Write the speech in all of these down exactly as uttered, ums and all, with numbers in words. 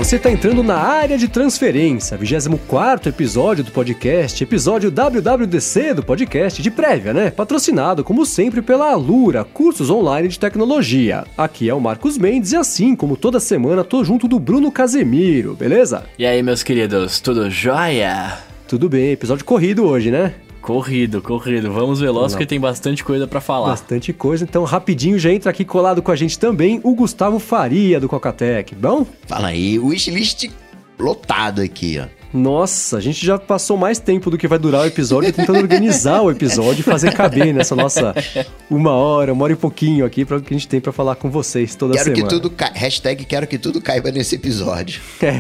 você está entrando na área de transferência, vigésimo quarto episódio do podcast, episódio W W D C do podcast de prévia, né? Patrocinado, como sempre, pela Alura, cursos online de tecnologia. Aqui é o Marcos Mendes e assim, como toda semana, tô junto do Bruno Casemiro, beleza? E aí, meus queridos, tudo jóia? Tudo bem, episódio corrido hoje, né? Corrido, corrido. Vamos veloz porque tem bastante coisa pra falar. Bastante coisa, então rapidinho já entra aqui colado com a gente também o Gustavo Faria do Cocatec, bom? Fala aí, o wishlist lotado aqui, ó. Nossa, a gente já passou mais tempo do que vai durar o episódio tentando organizar o episódio e fazer caber nessa nossa uma hora, uma hora e pouquinho aqui para o que a gente tem pra falar com vocês toda quero semana. Que tudo ca... Hashtag quero que tudo caiba nesse episódio. É.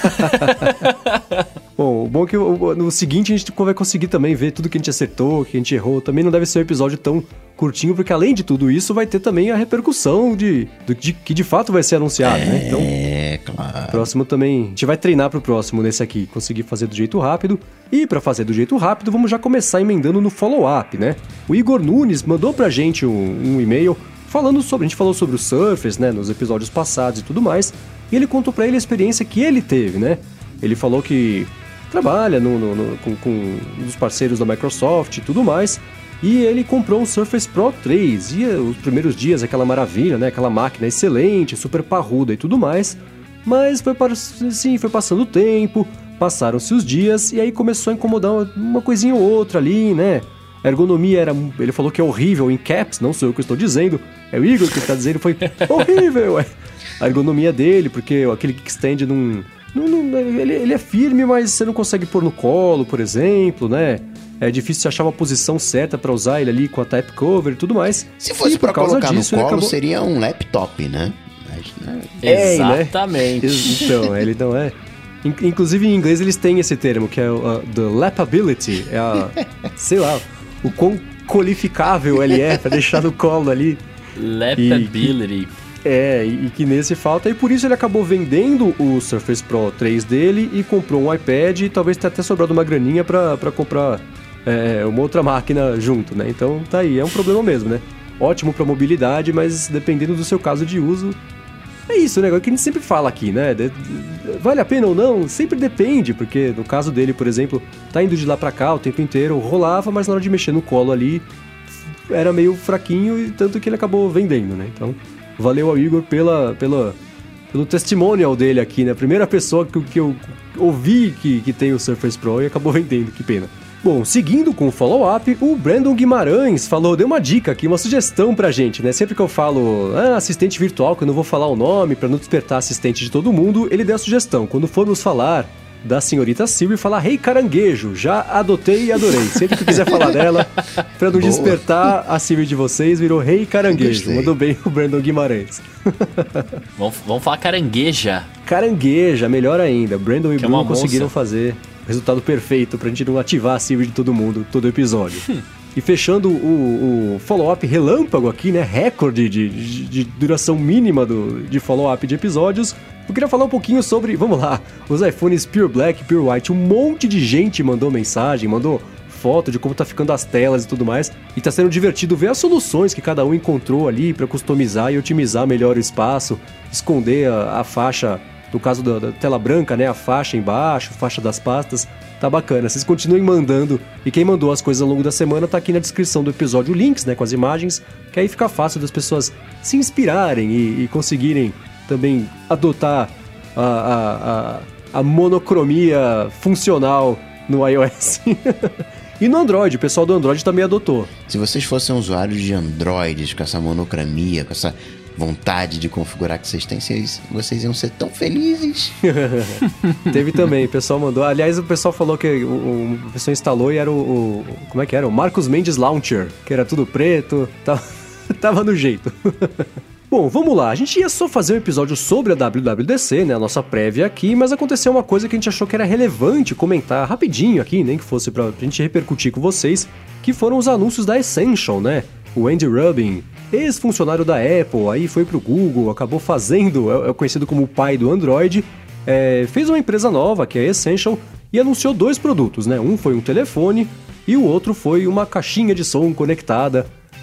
Bom, o bom é que no seguinte a gente vai conseguir também ver tudo que a gente acertou, que a gente errou. Também não deve ser um episódio tão curtinho, porque além de tudo isso vai ter também a repercussão de, de, de que de fato vai ser anunciado, é, né? Então, é, claro. Próximo também, a gente vai treinar pro próximo nesse aqui, conseguir fazer do jeito rápido. E pra fazer do jeito rápido, vamos já começar emendando no follow-up, né? O Igor Nunes mandou pra gente um, um e-mail falando sobre, a gente falou sobre o Surface, né, nos episódios passados e tudo mais, e ele contou pra ele a experiência que ele teve, né? Ele falou que trabalha no, no, no, com, com um dos parceiros da Microsoft e tudo mais, e ele comprou um Surface Pro três, e os primeiros dias, aquela maravilha, né? Aquela máquina excelente, super parruda e tudo mais, mas foi, assim, foi passando o tempo, passaram-se os dias, e aí começou a incomodar uma coisinha ou outra ali, né? A ergonomia era, ele falou que é horrível em caps, não sou eu que estou dizendo, é o Igor que está dizendo, foi horrível, a ergonomia dele, porque aquele kickstand não... não, não ele, ele é firme, mas você não consegue pôr no colo, por exemplo, né? É difícil você achar uma posição certa pra usar ele ali com a type cover e tudo mais. Se fosse e pra colocar disso, no colo, acabou... seria um laptop, né? Mas, né? É, exatamente. Né? Então, ele não é... Inclusive, em inglês, eles têm esse termo, que é o uh, the lapability. É a... sei lá, o quão qualificável ele é pra deixar no colo ali. Lapability. E, é, e que nesse falta. E por isso ele acabou vendendo o Surface Pro três dele e comprou um iPad e talvez tenha até sobrado uma graninha pra, pra comprar é, uma outra máquina junto, né? Então tá aí, é um problema mesmo, né? Ótimo pra mobilidade, mas dependendo do seu caso de uso... É isso, né? É o que a gente sempre fala aqui, né? De, de, vale a pena ou não? Sempre depende, porque no caso dele, por exemplo, tá indo de lá pra cá o tempo inteiro, rolava, mas na hora de mexer no colo ali, era meio fraquinho, e tanto que ele acabou vendendo, né? Então, valeu ao Igor pela, pela, pelo testimonial dele aqui, né? A primeira pessoa que, que eu ouvi que, que tem o Surface Pro e acabou vendendo, que pena. Bom, seguindo com o follow-up, o Brandon Guimarães falou, deu uma dica aqui, uma sugestão pra gente, né? Sempre que eu falo, ah, assistente virtual, que eu não vou falar o nome pra não despertar assistente de todo mundo, ele deu a sugestão. Quando formos falar da senhorita Siri, falar Rei hey, Caranguejo, já adotei e adorei. Sempre que quiser falar dela, pra não Boa. despertar a Siri de vocês, virou Rei hey, Caranguejo. Gostei. Mandou bem o Brandon Guimarães. vamos, vamos falar carangueja. Carangueja, melhor ainda. Brandon e que Bruno é conseguiram fazer resultado perfeito pra gente não ativar a Siri de todo mundo, todo episódio. Hum. E fechando o, o follow-up relâmpago aqui, né, recorde de, de, de duração mínima do, de follow-up de episódios, eu queria falar um pouquinho sobre, vamos lá, os iPhones Pure Black, Pure White. Um monte de gente mandou mensagem, mandou foto de como tá ficando as telas e tudo mais, e tá sendo divertido ver as soluções que cada um encontrou ali pra customizar e otimizar melhor o espaço, esconder a, a faixa... No caso da, da tela branca, né, a faixa embaixo, faixa das pastas, tá bacana. Vocês continuem mandando, e quem mandou as coisas ao longo da semana tá aqui na descrição do episódio, links, né, com as imagens, que aí fica fácil das pessoas se inspirarem e, e conseguirem também adotar a, a, a, a monocromia funcional no iOS. E no Android, o pessoal do Android também adotou. Se vocês fossem usuários de Android, com essa monocromia, com essa... vontade de configurar que vocês têm, vocês, vocês iam ser tão felizes. Teve também, o pessoal mandou. Aliás, o pessoal falou que o, o, a pessoa instalou e era o, o... Como é que era? O Marcos Mendes Launcher, que era tudo preto, tava, tava no jeito. Bom, vamos lá. A gente ia só fazer um episódio sobre a W W D C, né? A nossa prévia aqui, mas aconteceu uma coisa que a gente achou que era relevante comentar rapidinho aqui, nem que fosse pra, pra gente repercutir com vocês, que foram os anúncios da Essential, né? O Andy Rubin, ex-funcionário da Apple, aí foi pro Google, acabou fazendo, é conhecido como o pai do Android, é, fez uma empresa nova, que é a Essential, e anunciou dois produtos, né? Um foi um telefone e o outro foi uma caixinha de som conectada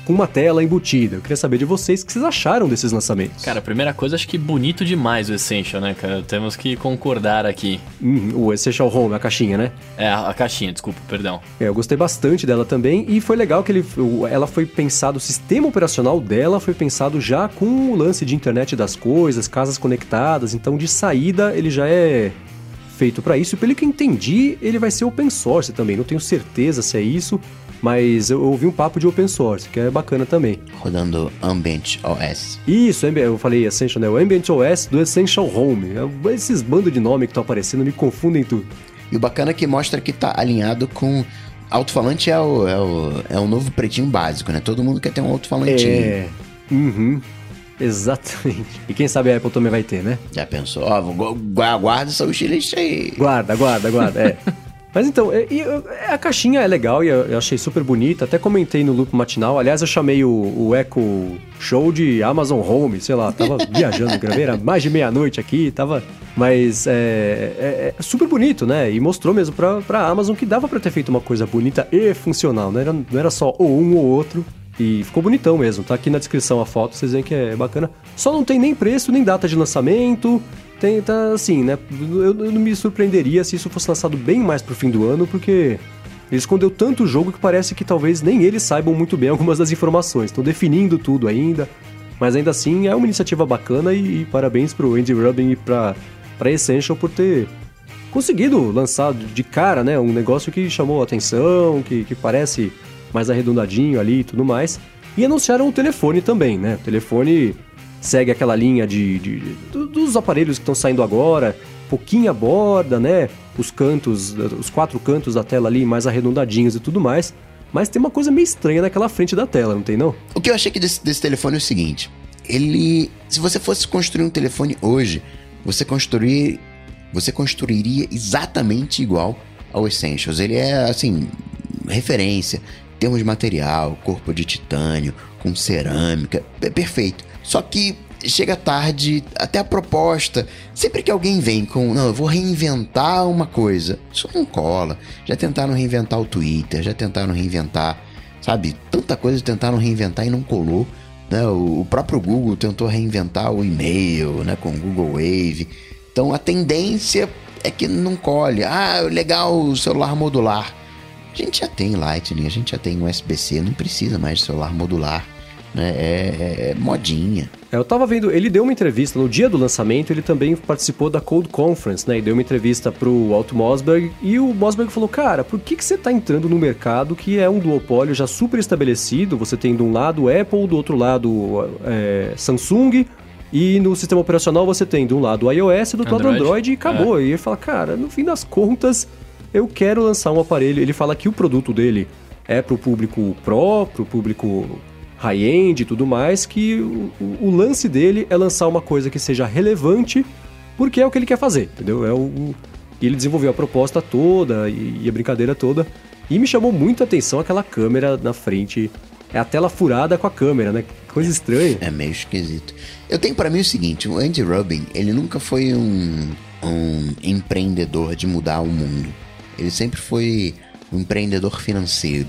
com uma tela embutida. Eu queria saber de vocês o que vocês acharam desses lançamentos. Cara, a primeira coisa, acho que bonito demais o Essential, né, cara? Temos que concordar aqui. Uhum, o Essential Home, a caixinha, né? É, a, a caixinha, desculpa, perdão. É, eu gostei bastante dela também e foi legal que ele, ela foi pensado, o sistema operacional dela foi pensado já com o lance de internet das coisas, casas conectadas, então de saída ele já é feito para isso. E pelo que eu entendi, ele vai ser open source também, não tenho certeza se é isso, mas eu ouvi um papo de open source, que é bacana também. Rodando Ambient O S. Isso, eu falei Essential, né? O Ambient O S do Essential Home. Esses bandos de nome que estão aparecendo me confundem tudo. E o bacana é que mostra que tá alinhado com... Alto-falante é o, é, o, é o novo pretinho básico, né? Todo mundo quer ter um alto-falantinho. É, uhum, exatamente. E quem sabe a Apple também vai ter, né? Já pensou? Ó, guarda essa wishlist aí. Guarda, guarda, guarda, é. Mas então, é, é, a caixinha é legal e eu, eu achei super bonita. Até comentei no Loop Matinal. Aliás, eu chamei o, o Echo Show de Amazon Home, sei lá. Tava viajando, gravei, era mais de meia-noite aqui, tava... Mas é, é, é super bonito, né? E mostrou mesmo pra, pra Amazon que dava pra ter feito uma coisa bonita e funcional. Não era, não era só ou um ou outro. E ficou bonitão mesmo. Tá aqui na descrição a foto, vocês veem que é bacana. Só não tem nem preço, nem data de lançamento... Tem, tá assim, né? Eu, eu não me surpreenderia se isso fosse lançado bem mais pro fim do ano, porque ele escondeu tanto o jogo que parece que talvez nem eles saibam muito bem algumas das informações. Estão definindo tudo ainda, mas ainda assim é uma iniciativa bacana e, e parabéns pro Andy Rubin e pra, pra Essential por ter conseguido lançar de cara, né? Um negócio que chamou a atenção, que, que parece mais arredondadinho ali e tudo mais. E anunciaram o telefone também, né? O telefone... segue aquela linha de, de, de, dos aparelhos que estão saindo agora, pouquinho a borda, né? Os cantos, os quatro cantos da tela ali mais arredondadinhos e tudo mais. Mas tem uma coisa meio estranha naquela frente da tela, não tem não? O que eu achei que desse, desse telefone é o seguinte. Ele... Se você fosse construir um telefone hoje, você construir, você construiria exatamente igual ao Essentials. Ele é, assim, referência. Em termos de material, corpo de titânio, com cerâmica, é perfeito. Só que chega tarde, até a proposta, sempre que alguém vem com, não, eu vou reinventar uma coisa, isso não cola. Já tentaram reinventar o Twitter, já tentaram reinventar, sabe, tanta coisa tentaram reinventar e não colou, né? O, o próprio Google tentou reinventar o e-mail, né, com o Google Wave. Então a tendência é que não colhe. Ah, legal, o celular modular. A gente já tem Lightning, a gente já tem U S B C, não precisa mais de celular modular. É, é, é modinha. Eu tava vendo, ele deu uma entrevista no dia do lançamento, ele também participou da Code Conference, né? E deu uma entrevista pro Alto Mossberg, e o Mossberg falou, cara, por que que você tá entrando no mercado que é um duopólio já super estabelecido? Você tem de um lado Apple, do outro lado é, Samsung, e no sistema operacional você tem de um lado iOS e do outro lado Android, e acabou. É. E ele fala, cara, no fim das contas, eu quero lançar um aparelho. Ele fala que o produto dele é pro público Pro, pro público... high-end e tudo mais, que o, o, o lance dele é lançar uma coisa que seja relevante, porque é o que ele quer fazer, entendeu? É o, o, ele desenvolveu a proposta toda e, e a brincadeira toda, e me chamou muito a atenção aquela câmera na frente, é a tela furada com a câmera, né? Coisa estranha. É meio esquisito. Eu tenho pra mim o seguinte, o Andy Rubin, ele nunca foi um, um empreendedor de mudar o mundo. Ele sempre foi um empreendedor financeiro.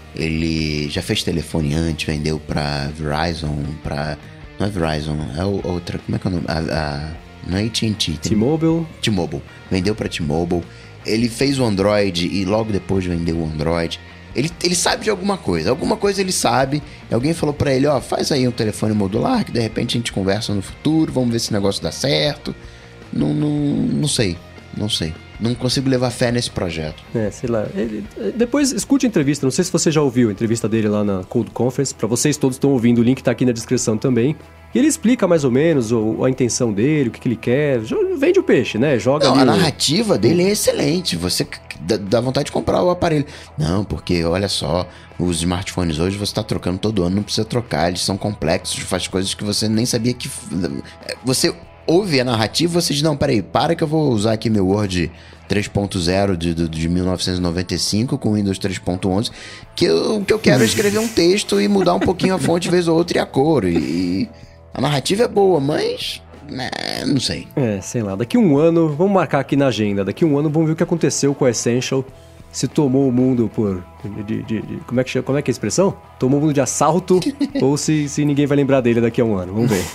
Ele já fez telefone antes, vendeu pra Verizon, pra... Não é Verizon, é outra... Como é que é o nome? A, a, não é A T and T. T-Mobile. T-Mobile. Vendeu pra T-Mobile. Ele fez o Android e logo depois vendeu o Android. Ele, ele sabe de alguma coisa. Alguma coisa ele sabe. Alguém falou pra ele, ó, faz aí um telefone modular que de repente a gente conversa no futuro, vamos ver se o negócio dá certo. Não, não, não sei. Não sei. Não consigo levar fé nesse projeto. É, sei lá. Ele, depois escute a entrevista. Não sei se você já ouviu a entrevista dele lá na Code Conference. Pra vocês todos estão ouvindo, o link tá aqui na descrição também. E ele explica mais ou menos o, a intenção dele, o que, que ele quer. Vende o peixe, né? Joga Não, ali a o... narrativa dele é excelente. Você dá vontade de comprar o aparelho. Não, porque olha só, os smartphones hoje você tá trocando todo ano, não precisa trocar. Eles são complexos, faz coisas que você nem sabia que... Você... ouve a narrativa, você diz, não, peraí, para que eu vou usar aqui meu Word três ponto zero de, de, de mil novecentos e noventa e cinco com Windows três ponto onze, que eu, que eu quero escrever um texto e mudar um pouquinho a fonte vez ou outra e a cor. E, e a narrativa é boa, mas... Né, não sei. É, sei lá, daqui um ano, vamos marcar aqui na agenda, daqui um ano vamos ver o que aconteceu com o Essential se tomou o mundo por... De, de, de, como, é que chama, como é que é a expressão? Tomou o mundo de assalto ou se, se ninguém vai lembrar dele daqui a um ano. Vamos ver.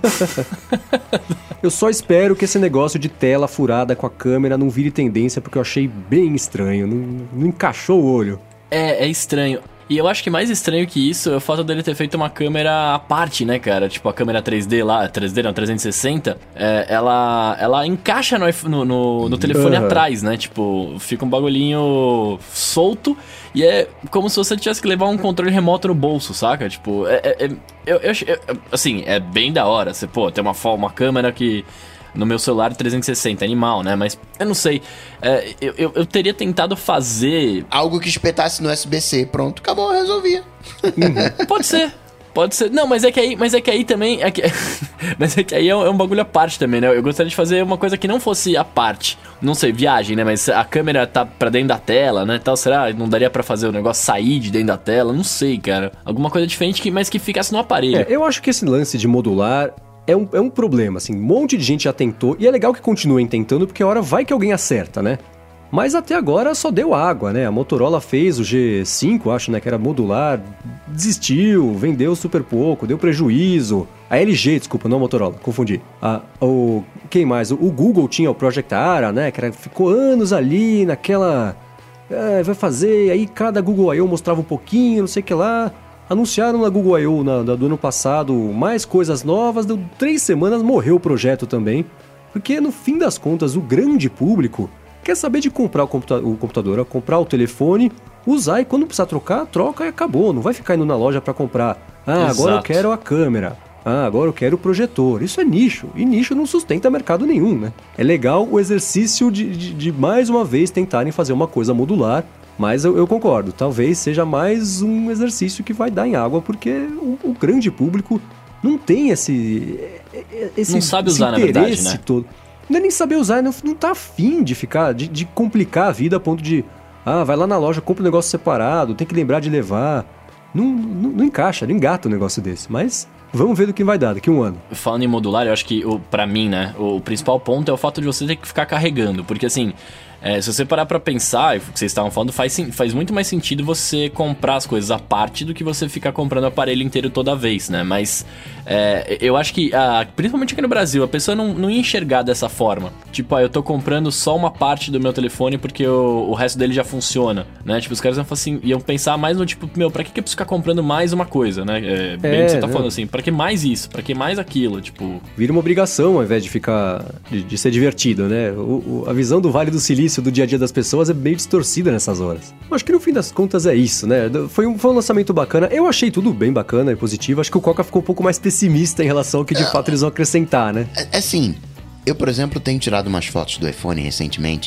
Eu só espero que esse negócio de tela furada com a câmera não vire tendência, porque eu achei bem estranho. Não, não encaixou o olho. É, é estranho. E eu acho que mais estranho que isso é o fato dele ter feito uma câmera à parte, né, cara? Tipo, a câmera três D lá, três D não, trezentos e sessenta, é, ela, ela encaixa no, no, no, no telefone uhum. atrás, né? Tipo, fica um bagulhinho solto e é como se você tivesse que levar um controle remoto no bolso, saca? Tipo, é, é, é, eu, eu, eu, assim, é bem da hora. Você, pô, tem uma, uma câmera que... No meu celular trezentos e sessenta, animal, né? Mas eu não sei. É, eu, eu, eu teria tentado fazer... Algo que espetasse no U S B C. Pronto, acabou, resolvia. Uhum. Pode ser. Pode ser. Não, mas é que aí, mas é que aí também... É que, mas é que aí é um, é um bagulho à parte também, né? Eu gostaria de fazer uma coisa que não fosse à parte. Não sei, viagem, né? Mas a câmera tá pra dentro da tela, né? Tal, será? Não daria pra fazer o negócio sair de dentro da tela? Não sei, cara. Alguma coisa diferente, que, mas que ficasse no aparelho. É, eu acho que esse lance de modular... É um, é um problema, assim, um monte de gente já tentou, e é legal que continuem tentando, porque a hora vai que alguém acerta, né? Mas até agora só deu água, né? A Motorola fez o G cinco, acho, né, que era modular, desistiu, vendeu super pouco, deu prejuízo. A L G, desculpa, não a Motorola, confundi. A, o, quem mais? O, o Google tinha o Project Ara, né, que era, ficou anos ali naquela... É, vai fazer, aí cada Google I O mostrava um pouquinho, não sei o que lá... Anunciaram na Google I O na, na, do ano passado mais coisas novas, deu três semanas, morreu o projeto também. Porque no fim das contas, o grande público quer saber de comprar o, computa- o computador, comprar o telefone, usar e quando precisar trocar, troca e acabou. Não vai ficar indo na loja para comprar. Ah, Exato. Agora eu quero a câmera. Ah, agora eu quero o projetor. Isso é nicho. E nicho não sustenta mercado nenhum, né? É legal o exercício de, de, de mais uma vez tentarem fazer uma coisa modular. Mas eu, eu concordo, talvez seja mais um exercício que vai dar em água, porque o, o grande público não tem esse... esse não sabe esse usar, na verdade, né? Todo. Não é nem saber usar, não, não tá afim de ficar, de, de complicar a vida a ponto de... Ah, vai lá na loja, compra um negócio separado, tem que lembrar de levar. Não, não, não encaixa, não engata um negócio desse, mas... Vamos ver do que vai dar daqui a um ano. Falando em modular, eu acho que, o, pra mim, né, o principal ponto é o fato de você ter que ficar carregando. Porque, assim, é, se você parar pra pensar, o que vocês estavam falando, faz, faz muito mais sentido você comprar as coisas à parte do que você ficar comprando o aparelho inteiro toda vez, né? Mas é, eu acho que, a, principalmente aqui no Brasil, a pessoa não, não ia enxergar dessa forma. Tipo, ah, eu tô comprando só uma parte do meu telefone porque o, o resto dele já funciona, né? Tipo, os caras iam, assim, iam pensar mais no tipo, meu, pra que, que eu preciso ficar comprando mais uma coisa, né? É, bem é, que você tá não. falando assim, pra que mais isso? Pra que mais aquilo? Tipo... Vira uma obrigação ao invés de ficar... De, de ser divertido, né? O, o, a visão do Vale do Silício do dia a dia das pessoas é meio distorcida nessas horas. Eu acho que no fim das contas é isso, né? Foi um, foi um lançamento bacana. Eu achei tudo bem bacana e positivo. Acho que o Coca ficou um pouco mais pessimista em relação ao que de é, fato eles vão acrescentar, né? É, assim, eu, por exemplo, tenho tirado umas fotos do iPhone recentemente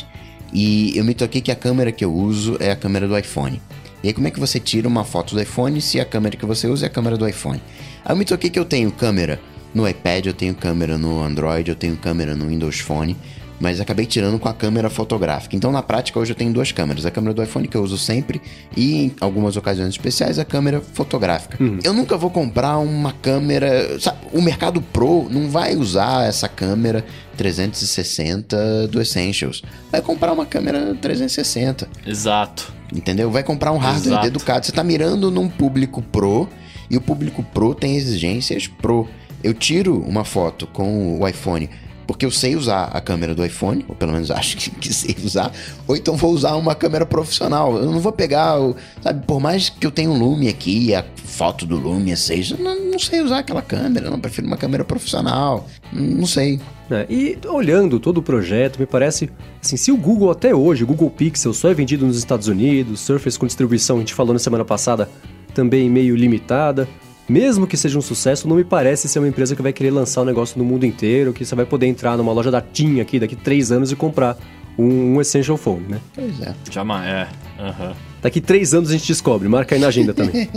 e eu me toquei que a câmera que eu uso é a câmera do iPhone. E aí como é que você tira uma foto do iPhone se a câmera que você usa é a câmera do iPhone? Aí eu me toquei que eu tenho câmera no iPad, eu tenho câmera no Android, eu tenho câmera no Windows Phone, mas acabei tirando com a câmera fotográfica. Então, na prática, hoje eu tenho duas câmeras. A câmera do iPhone, que eu uso sempre, e em algumas ocasiões especiais, a câmera fotográfica. Uhum. Eu nunca vou comprar uma câmera... Sabe, o mercado Pro não vai usar essa câmera trezentos e sessenta do Essentials. Vai comprar uma câmera trezentos e sessenta. Exato. Entendeu? Vai comprar um hardware Exato. dedicado. Você tá mirando num público Pro, e o público Pro tem exigências Pro. Eu tiro uma foto com o iPhone porque eu sei usar a câmera do iPhone, ou pelo menos acho que, que sei usar, ou então vou usar uma câmera profissional. Eu não vou pegar, o, sabe, por mais que eu tenha um Lumia aqui, a foto do Lumia seja, eu não, não sei usar aquela câmera, eu não prefiro uma câmera profissional, não sei. É, e olhando todo o projeto, me parece, assim, se o Google até hoje, o Google Pixel só é vendido nos Estados Unidos, Surface com distribuição, a gente falou na semana passada, também meio limitada, mesmo que seja um sucesso, não me parece ser uma empresa que vai querer lançar o negócio no mundo inteiro, que você vai poder entrar numa loja da TIM aqui daqui três anos e comprar um, um Essential Phone, né? Pois é. Jamais, é. Uhum. Daqui três anos a gente descobre, marca aí na agenda também.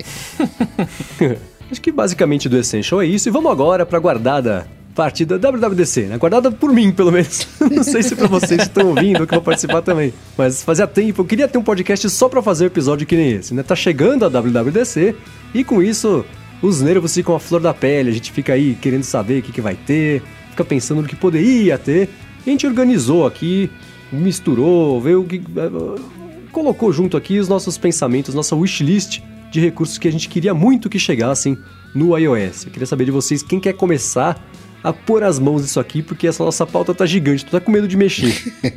Acho que basicamente do Essential é isso, e vamos agora para a guardada parte da W W D C, né? Guardada por mim, pelo menos. Não sei se para vocês que estão ouvindo, que vão participar também. Mas fazia tempo, eu queria ter um podcast só para fazer um episódio que nem esse, né? Tá chegando a W W D C, e com isso, os nervos ficam à flor da pele, a gente fica aí querendo saber o que, que vai ter, fica pensando no que poderia ter. E a gente organizou aqui, misturou, veio o que... colocou junto aqui os nossos pensamentos, nossa wishlist de recursos que a gente queria muito que chegassem no iOS. Eu queria saber de vocês quem quer começar a pôr as mãos nisso aqui, porque essa nossa pauta tá gigante, tu tá com medo de mexer.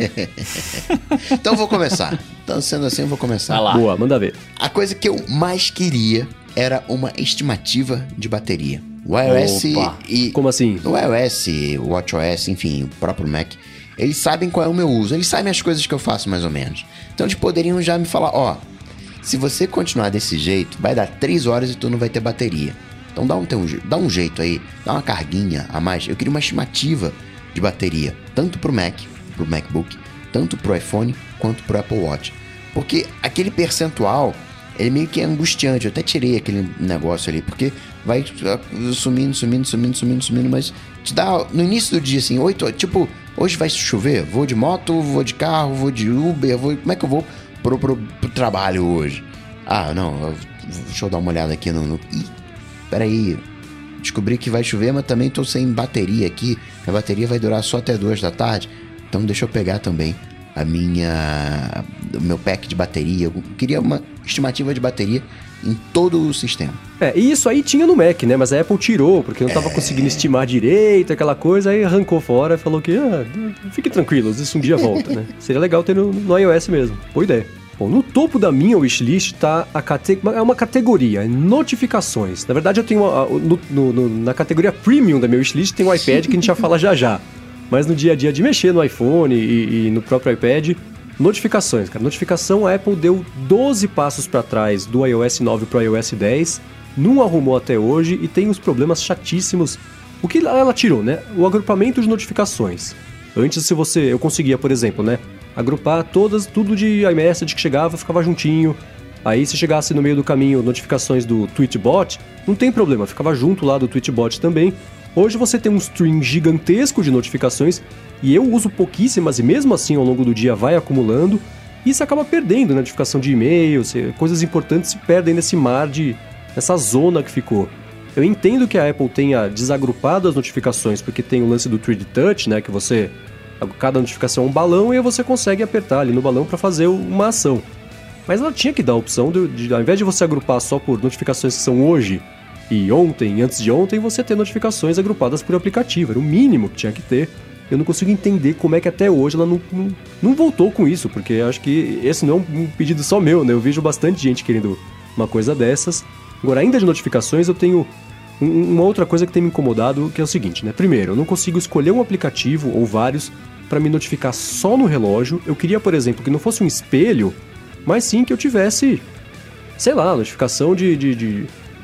Então eu vou começar. Então, sendo assim, eu vou começar. Vai lá. Boa, manda ver. A coisa que eu mais queria era uma estimativa de bateria. O iOS Opa. e... Como assim? O iOS, o WatchOS, enfim, o próprio Mac, eles sabem qual é o meu uso. Eles sabem as coisas que eu faço, mais ou menos. Então eles poderiam já me falar, ó, se você continuar desse jeito, vai dar três horas e tu não vai ter bateria. Então dá um, teu, dá um jeito aí, dá uma carguinha a mais. Eu queria uma estimativa de bateria, tanto pro Mac, pro MacBook, tanto pro iPhone, quanto pro Apple Watch. Porque aquele percentual, ele meio que é angustiante. Eu até tirei aquele negócio ali, porque vai sumindo, sumindo, sumindo, sumindo, sumindo, mas te dá, no início do dia, assim, oito, tipo, hoje vai chover, vou de moto, vou de carro, vou de Uber, vou, como é que eu vou pro, pro, pro trabalho hoje? Ah, não, eu, deixa eu dar uma olhada aqui no... no ih, peraí, descobri que vai chover, mas também tô sem bateria aqui, a bateria vai durar só até duas da tarde, então deixa eu pegar também a minha, o meu pack de bateria. Eu queria uma estimativa de bateria em todo o sistema. É, e isso aí tinha no Mac, né? Mas a Apple tirou, porque não tava é... conseguindo estimar direito, aquela coisa, aí arrancou fora e falou que, ah, fiquem tranquilos, isso um dia volta, né? Seria legal ter no, no iOS mesmo. Boa ideia. Bom, no topo da minha wishlist tá a cate... é uma categoria, notificações. Na verdade, eu tenho uma, no, no, no, na categoria premium da minha wishlist tem o iPad que a gente já fala já já. Mas no dia a dia de mexer no iPhone e, e no próprio iPad, notificações, cara. Notificação, a Apple deu doze passos para trás do iOS nove pro iOS dez, não arrumou até hoje e tem uns problemas chatíssimos. O que ela tirou, né? O agrupamento de notificações. Antes, se você, eu conseguia, por exemplo, né? Agrupar todas, tudo de iMessage que chegava, ficava juntinho. Aí, se chegasse no meio do caminho notificações do Tweetbot, não tem problema, ficava junto lá do Tweetbot também. Hoje você tem um stream gigantesco de notificações e eu uso pouquíssimas e mesmo assim ao longo do dia vai acumulando e você acaba perdendo, né? Notificação de e-mail, coisas importantes se perdem nesse mar de... nessa zona que ficou. Eu entendo que a Apple tenha desagrupado as notificações porque tem o lance do três D Touch, né? Que você... cada notificação é um balão e aí você consegue apertar ali no balão para fazer uma ação. Mas ela tinha que dar a opção de, de, ao invés de você agrupar só por notificações que são hoje e ontem, antes de ontem, você ter notificações agrupadas por aplicativo. Era o mínimo que tinha que ter. Eu não consigo entender como é que até hoje ela não, não, não voltou com isso, porque eu acho que esse não é um pedido só meu, né? Eu vejo bastante gente querendo uma coisa dessas. Agora, ainda de notificações, eu tenho um, uma outra coisa que tem me incomodado, que é o seguinte, né? Primeiro, eu não consigo escolher um aplicativo ou vários para me notificar só no relógio. Eu queria, por exemplo, que não fosse um espelho, mas sim que eu tivesse, sei lá, notificação de... de, de...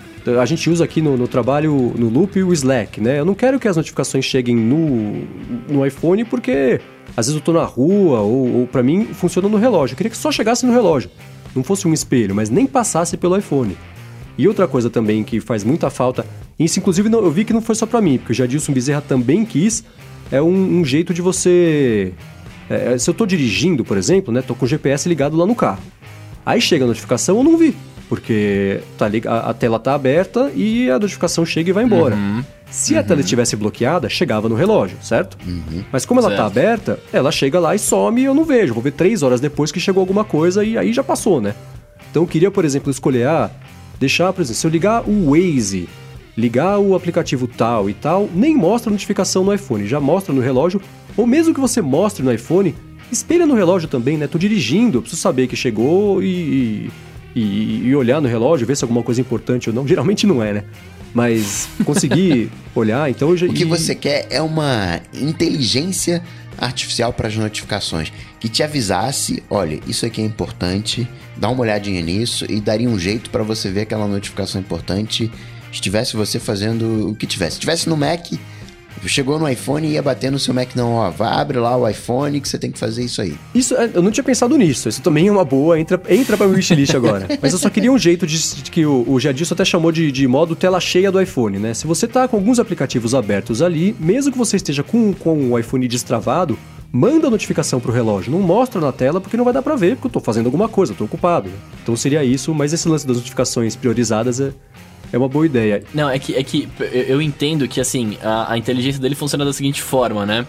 A gente usa aqui no, no trabalho, no Loop, o Slack, né? Eu não quero que as notificações cheguem no, no iPhone porque às vezes eu tô na rua ou, ou pra mim funciona no relógio. Eu queria que só chegasse no relógio, não fosse um espelho, mas nem passasse pelo iPhone. E outra coisa também que faz muita falta, e isso inclusive não, eu vi que não foi só pra mim, porque o Jadilson Bezerra também quis, é um, um jeito de você... É, se eu tô dirigindo, por exemplo, né? Tô com o G P S ligado lá no carro. Aí chega a notificação, eu não vi. Porque tá ali, a, a tela tá aberta e a notificação chega e vai embora. Uhum. Se uhum. a tela estivesse bloqueada, chegava no relógio, certo? Uhum. Mas como ela certo. tá aberta, ela chega lá e some e eu não vejo. Vou ver três horas depois que chegou alguma coisa e aí já passou, né? Então eu queria, por exemplo, escolher, ah, deixar, por exemplo, se eu ligar o Waze, ligar o aplicativo tal e tal, nem mostra notificação no iPhone, já mostra no relógio. Ou mesmo que você mostre no iPhone, espelha no relógio também, né? Tô dirigindo, preciso saber que chegou e... e... E, e olhar no relógio, ver se alguma coisa é importante ou não. Geralmente não é, né? Mas conseguir olhar, então... Eu já, o que e... você quer é uma inteligência artificial para as notificações. Que te avisasse, olha, isso aqui é importante, dá uma olhadinha nisso e daria um jeito para você ver aquela notificação importante. Estivesse você fazendo o que tivesse. Estivesse no Mac... Chegou no iPhone e ia bater no seu Mac, não, ó, vai, abre lá o iPhone que você tem que fazer isso aí. Isso, eu não tinha pensado nisso, isso também é uma boa, entra, entra pra minha wishlist agora. Mas eu só queria um jeito de, de que o, o Jadilson até chamou de, de modo tela cheia do iPhone, né? Se você tá com alguns aplicativos abertos ali, mesmo que você esteja com, com o iPhone destravado, manda a notificação pro relógio, não mostra na tela porque não vai dar pra ver, porque eu tô fazendo alguma coisa, eu tô ocupado, né? Então seria isso, mas esse lance das notificações priorizadas é... É uma boa ideia. Não, é que, é que eu entendo que, assim, a, a inteligência dele funciona da seguinte forma, né?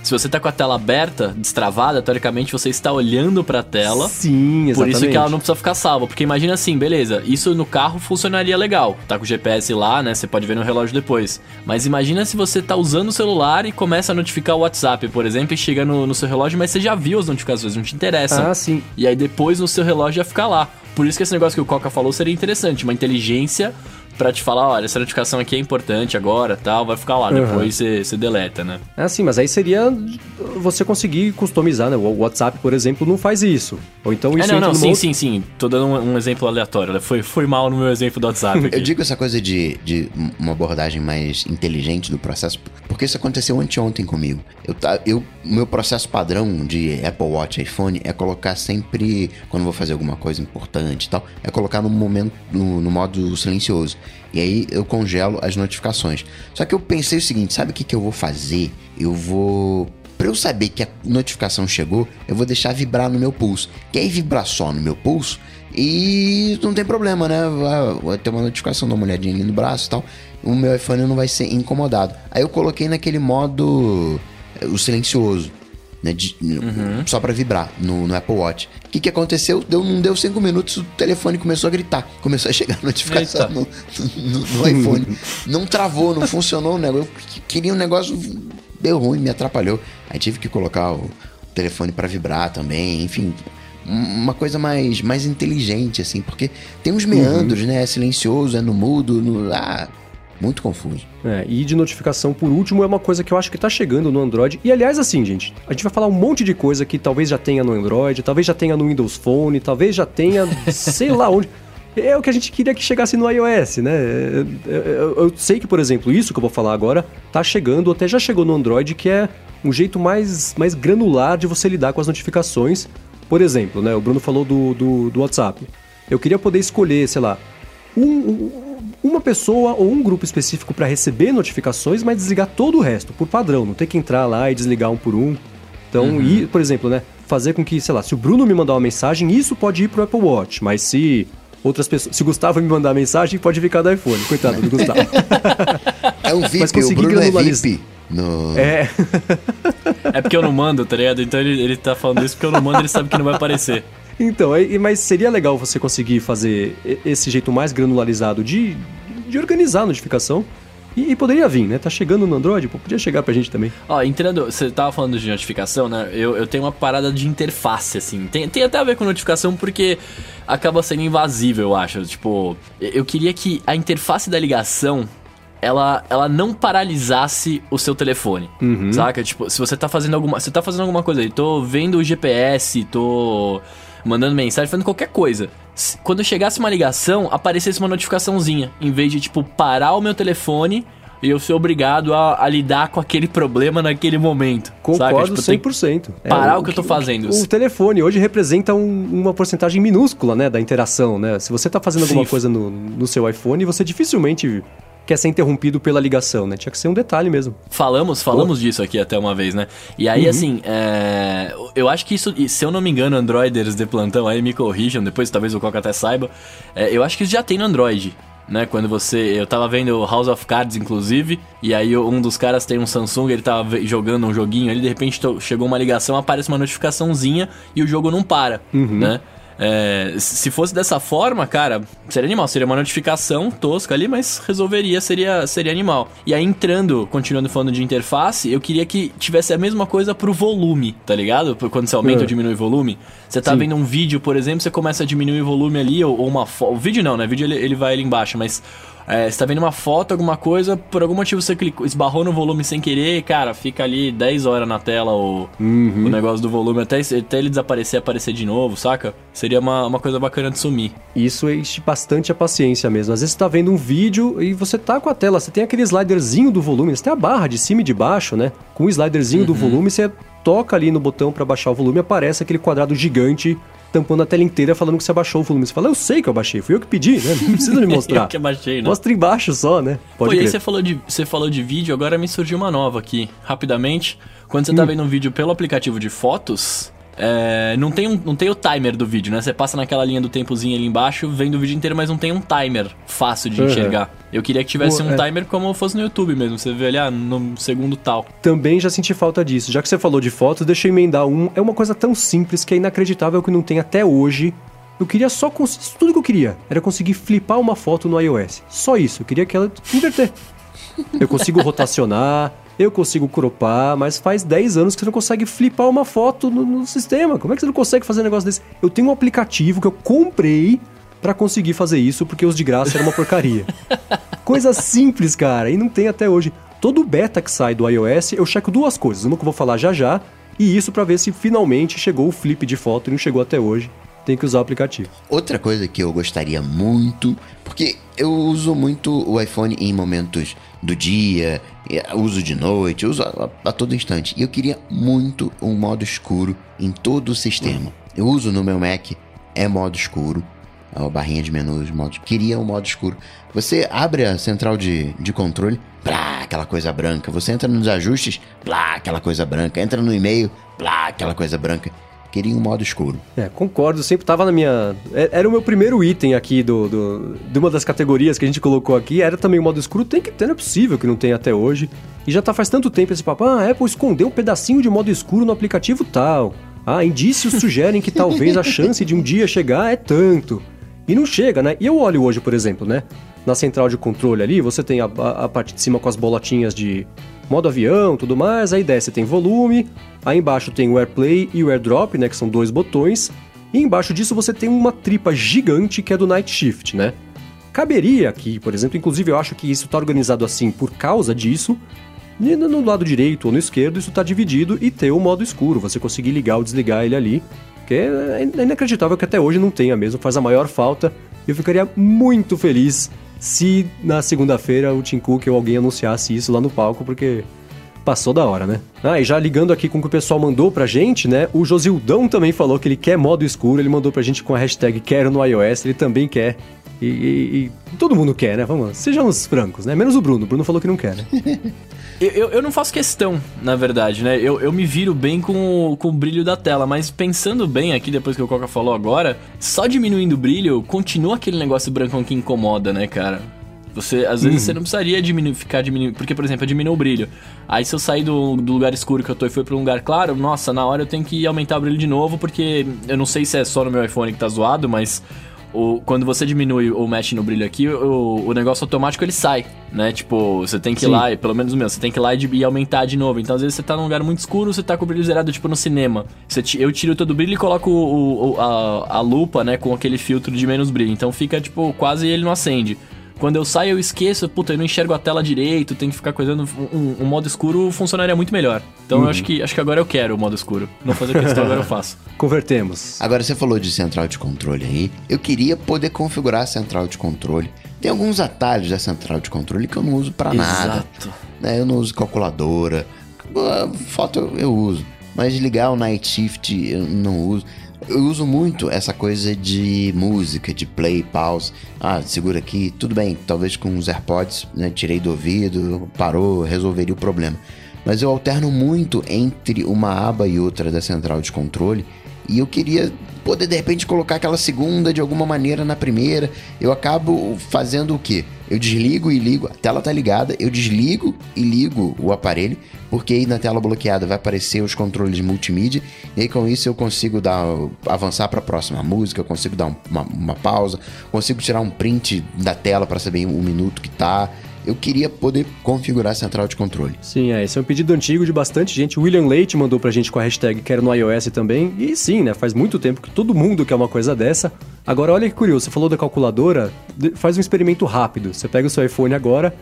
se você tá com a tela aberta, destravada, teoricamente você está olhando pra tela. Sim, exatamente. Por isso que ela não precisa ficar salva. Porque imagina assim, beleza, isso no carro funcionaria legal. Tá com o G P S lá, né? Você pode ver no relógio depois. Mas imagina se você tá usando o celular e começa a notificar o WhatsApp, por exemplo, e chega no, no seu relógio, mas você já viu as notificações, não te interessa. Ah, sim. E aí depois no seu relógio ia ficar lá. Por isso que esse negócio que o Coca falou seria interessante. Uma inteligência pra te falar, olha, essa notificação aqui é importante agora, tal, vai ficar lá, uhum. Depois você, você deleta, né? É sim, mas aí seria você conseguir customizar, né? O WhatsApp, por exemplo, não faz isso. Ou então isso é, não, não, sim, outro... sim, sim. Tô dando um, um exemplo aleatório, né? Foi, foi mal no meu exemplo do WhatsApp aqui. Eu digo essa coisa de, de uma abordagem mais inteligente do processo, porque isso aconteceu anteontem comigo. Eu, eu, meu processo padrão de Apple Watch, iPhone, é colocar sempre, quando vou fazer alguma coisa importante e tal, é colocar no momento, no, no modo silencioso. E aí eu congelo as notificações. Só que eu pensei o seguinte, sabe o que, que eu vou fazer? Eu vou... Pra eu saber que a notificação chegou, eu vou deixar vibrar no meu pulso. Que aí vibrar só no meu pulso e não tem problema, né? Vai, vai ter uma notificação, dá uma olhadinha ali no braço e tal. O meu iPhone não vai ser incomodado. Aí eu coloquei naquele modo... o silencioso. Né, de, uhum. Só pra vibrar no, no Apple Watch. O que que aconteceu? Deu, não deu cinco minutos, o telefone começou a gritar. Começou a chegar a notificação no, no, no iPhone. Não travou, não funcionou o negócio. Eu queria um negócio, deu ruim, me atrapalhou. Aí tive que colocar o telefone pra vibrar também, enfim... Uma coisa mais, mais inteligente, assim, porque tem uns meandros, uhum. né? É silencioso, é no mudo, no... Ah, muito confuso. É, e de notificação, por último, é uma coisa que eu acho que tá chegando no Android. E, aliás, assim, gente, a gente vai falar um monte de coisa que talvez já tenha no Android, talvez já tenha no Windows Phone, talvez já tenha, sei lá onde. É o que a gente queria que chegasse no iOS, né? Eu, eu, eu sei que, por exemplo, isso que eu vou falar agora tá chegando, até já chegou no Android, que é um jeito mais, mais granular de você lidar com as notificações. Por exemplo, né? O Bruno falou do, do, do WhatsApp. Eu queria poder escolher, sei lá, um... um uma pessoa ou um grupo específico para receber notificações, mas desligar todo o resto, por padrão, não ter que entrar lá e desligar um por um. Então, uhum. e, por exemplo, né, fazer com que, sei lá, se o Bruno me mandar uma mensagem, isso pode ir pro Apple Watch, mas se outras pessoas, se o Gustavo me mandar mensagem, pode ficar do iPhone, coitado do Gustavo. É um V I P, o Bruno é V I P. No... É. É porque eu não mando, tá ligado? Então ele, ele tá falando isso porque eu não mando, ele sabe que não vai aparecer. Então, mas seria legal você conseguir fazer esse jeito mais granularizado de, de organizar a notificação. E, e poderia vir, né? Tá chegando no Android, pô, podia chegar pra gente também. Ó, entrando, você tava falando de notificação, né? Eu, eu tenho uma parada de interface, assim. Tem, tem até a ver com notificação porque acaba sendo invasivo, eu acho. Tipo, eu queria que a interface da ligação... Ela, ela não paralisasse o seu telefone, uhum. saca? Tipo, se você tá fazendo alguma... Você tá fazendo alguma coisa aí, tô vendo o G P S, tô mandando mensagem, fazendo qualquer coisa. Quando chegasse uma ligação, aparecesse uma notificaçãozinha, em vez de, tipo, parar o meu telefone e eu ser obrigado a, a lidar com aquele problema naquele momento. Concordo, saca? Tipo, cem por cento. Parar é, o, o que eu tô que, fazendo. O, o telefone hoje representa um, uma porcentagem minúscula, né, da interação, né? Se você tá fazendo alguma Sim. coisa no, no seu iPhone, você dificilmente... quer ser interrompido pela ligação, né? Tinha que ser um detalhe mesmo. Falamos, falamos oh. disso aqui até uma vez, né? E aí, uhum. assim, é... eu acho que isso, se eu não me engano, Androiders de plantão, aí me corrijam, depois talvez o Coca até saiba, é, eu acho que isso já tem no Android, né? Quando você... Eu tava vendo House of Cards, inclusive, e aí um dos caras tem um Samsung, ele tava jogando um joguinho ali, de repente chegou uma ligação, aparece uma notificaçãozinha e o jogo não para, uhum. né? É, se fosse dessa forma, cara, seria animal. Seria uma notificação tosca ali, mas resolveria, seria, seria animal. E aí entrando, continuando falando de interface, eu queria que tivesse a mesma coisa pro volume, tá ligado? Quando você aumenta é. ou diminui o volume. Você tá Sim. vendo um vídeo, por exemplo, você começa a diminuir o volume ali, ou, ou uma foto. O vídeo não, né? O vídeo ele, ele vai ali embaixo, mas... É, você tá vendo uma foto, alguma coisa, por algum motivo você clicou, esbarrou no volume sem querer, cara, fica ali dez horas na tela o, uhum. o negócio do volume, até, até ele desaparecer, aparecer de novo, saca? Seria uma, uma coisa bacana de sumir. Isso enche bastante a paciência mesmo. Às vezes você tá vendo um vídeo e você tá com a tela, você tem aquele sliderzinho do volume, você tem a barra de cima e de baixo, né? Com o sliderzinho uhum. do volume, você toca ali no botão pra baixar o volume, aparece aquele quadrado gigante tampando a tela inteira, falando que você abaixou o volume. Você fala, eu sei que eu baixei, fui eu que pedi, né? Não precisa me mostrar. Eu que abaixei, né? Mostra embaixo só, né? Pode Pô, e aí você falou, de, você falou de vídeo, agora me surgiu uma nova aqui, rapidamente. Quando você hum. tá vendo um vídeo pelo aplicativo de fotos, é, não, tem um, não tem o timer do vídeo, né? Você passa naquela linha do tempozinho ali embaixo, vendo o vídeo inteiro, mas não tem um timer fácil de uhum. enxergar. Eu queria que tivesse Pô, um é. timer como fosse no YouTube mesmo. Você vê ali, ah, no segundo tal. Também já senti falta disso. Já que você falou de fotos, deixa eu emendar um. É uma coisa tão simples que é inacreditável que não tem até hoje. Eu queria só conseguir... Tudo que eu queria era conseguir flipar uma foto no iOS. Só isso. Eu queria que ela inverter. Eu consigo rotacionar, eu consigo cropar, mas faz dez anos que você não consegue flipar uma foto no, no sistema. Como é que você não consegue fazer um negócio desse? Eu tenho um aplicativo que eu comprei pra conseguir fazer isso, porque os de graça era uma porcaria. Coisa simples, cara, e não tem até hoje. Todo beta que sai do iOS, eu checo duas coisas. Uma que eu vou falar já já, e isso pra ver se finalmente chegou o flip de foto e não chegou até hoje. Tem que usar o aplicativo. Outra coisa que eu gostaria muito, porque eu uso muito o iPhone em momentos do dia, uso de noite, uso a, a todo instante. E eu queria muito um modo escuro em todo o sistema. Eu uso no meu Mac, é modo escuro, a barrinha de menus, modo, queria um modo escuro. Você abre a central de, de controle, blá, aquela coisa branca. Você entra nos ajustes, blá, aquela coisa branca. Entra no e-mail, blá, aquela coisa branca. Queria um modo escuro. É, concordo, sempre tava na minha... Era o meu primeiro item aqui do, do, de uma das categorias que a gente colocou aqui, era também o modo escuro, tem que ter, não é possível que não tenha até hoje. E já tá faz tanto tempo esse papo, ah, a Apple escondeu um pedacinho de modo escuro no aplicativo tal. Ah, indícios sugerem que talvez a chance de um dia chegar é tanto. E não chega, né? E eu olho hoje, por exemplo, né? Na central de controle ali, você tem a, a, a parte de cima com as bolotinhas de... modo avião, tudo mais, aí desce tem volume, aí embaixo tem o AirPlay e o AirDrop, né, que são dois botões, e embaixo disso você tem uma tripa gigante que é do Night Shift, né? Caberia aqui, por exemplo, inclusive eu acho que isso tá organizado assim por causa disso, e no lado direito ou no esquerdo isso tá dividido e ter o modo escuro, você conseguir ligar ou desligar ele ali, que é inacreditável que até hoje não tenha mesmo, faz a maior falta, e eu ficaria muito feliz se na segunda-feira o Tim Cook ou alguém anunciasse isso lá no palco, porque passou da hora, né? Ah, e já ligando aqui com o que o pessoal mandou pra gente, né? O Josildão também falou que ele quer modo escuro, ele mandou pra gente com a hashtag quero no iOS, ele também quer. E, e, e todo mundo quer, né? Vamos, sejamos francos, né? Menos o Bruno, o Bruno falou que não quer, né? eu, eu, eu não faço questão, na verdade, né? Eu, eu me viro bem com o, com o brilho da tela, mas pensando bem aqui, depois que o Coca falou agora, só diminuindo o brilho, continua aquele negócio brancão que incomoda, né, cara? Você, às vezes, hum. você não precisaria diminuir, ficar diminuindo... Porque, por exemplo, eu diminuo o brilho. Aí, se eu sair do, do lugar escuro que eu tô e for pra um lugar claro, nossa, na hora eu tenho que aumentar o brilho de novo, porque eu não sei se é só no meu iPhone que tá zoado, mas... O, quando você diminui ou mexe no brilho aqui, o, o negócio automático ele sai, né? Tipo, você tem que ir Sim. lá, e, pelo menos o meu, você tem que ir lá e, e aumentar de novo. Então, às vezes, você tá num lugar muito escuro, você tá com o brilho zerado, tipo no cinema. Você, eu tiro todo o brilho e coloco o, o, a, a lupa, né, com aquele filtro de menos brilho. Então, fica, tipo, quase ele não acende. Quando eu saio, eu esqueço, puta, eu não enxergo a tela direito, tem que ficar coisando. Um, um modo escuro funcionaria muito melhor. Então uhum. eu acho que, acho que agora eu quero o modo escuro. Não fazer questão, agora eu faço. Convertemos. Agora você falou de central de controle aí. Eu queria poder configurar a central de controle. Tem alguns atalhos da central de controle que eu não uso pra Exato. nada. Né? Eu não uso calculadora. Foto eu, eu uso. Mas ligar o Night Shift eu não uso. Eu uso muito essa coisa de música, de play, pause. Ah, segura aqui, tudo bem. Talvez com os AirPods, né, tirei do ouvido, parou, resolveria o problema. Mas eu alterno muito entre uma aba e outra da central de controle. E eu queria poder, de repente, colocar aquela segunda de alguma maneira na primeira. Eu acabo fazendo o quê? Eu desligo e ligo, a tela tá ligada, eu desligo e ligo o aparelho, porque aí na tela bloqueada vai aparecer os controles de multimídia, e aí com isso eu consigo dar, avançar para a próxima música, eu consigo dar uma, uma pausa, consigo tirar um print da tela para saber o minuto que tá. Eu queria poder configurar a central de controle. Sim, é, esse é um pedido antigo de bastante gente. O William Leite mandou pra gente com a hashtag quero no iOS também. E sim, né, faz muito tempo que todo mundo quer uma coisa dessa. Agora, olha que curioso, você falou da calculadora, faz um experimento rápido. Você pega o seu iPhone agora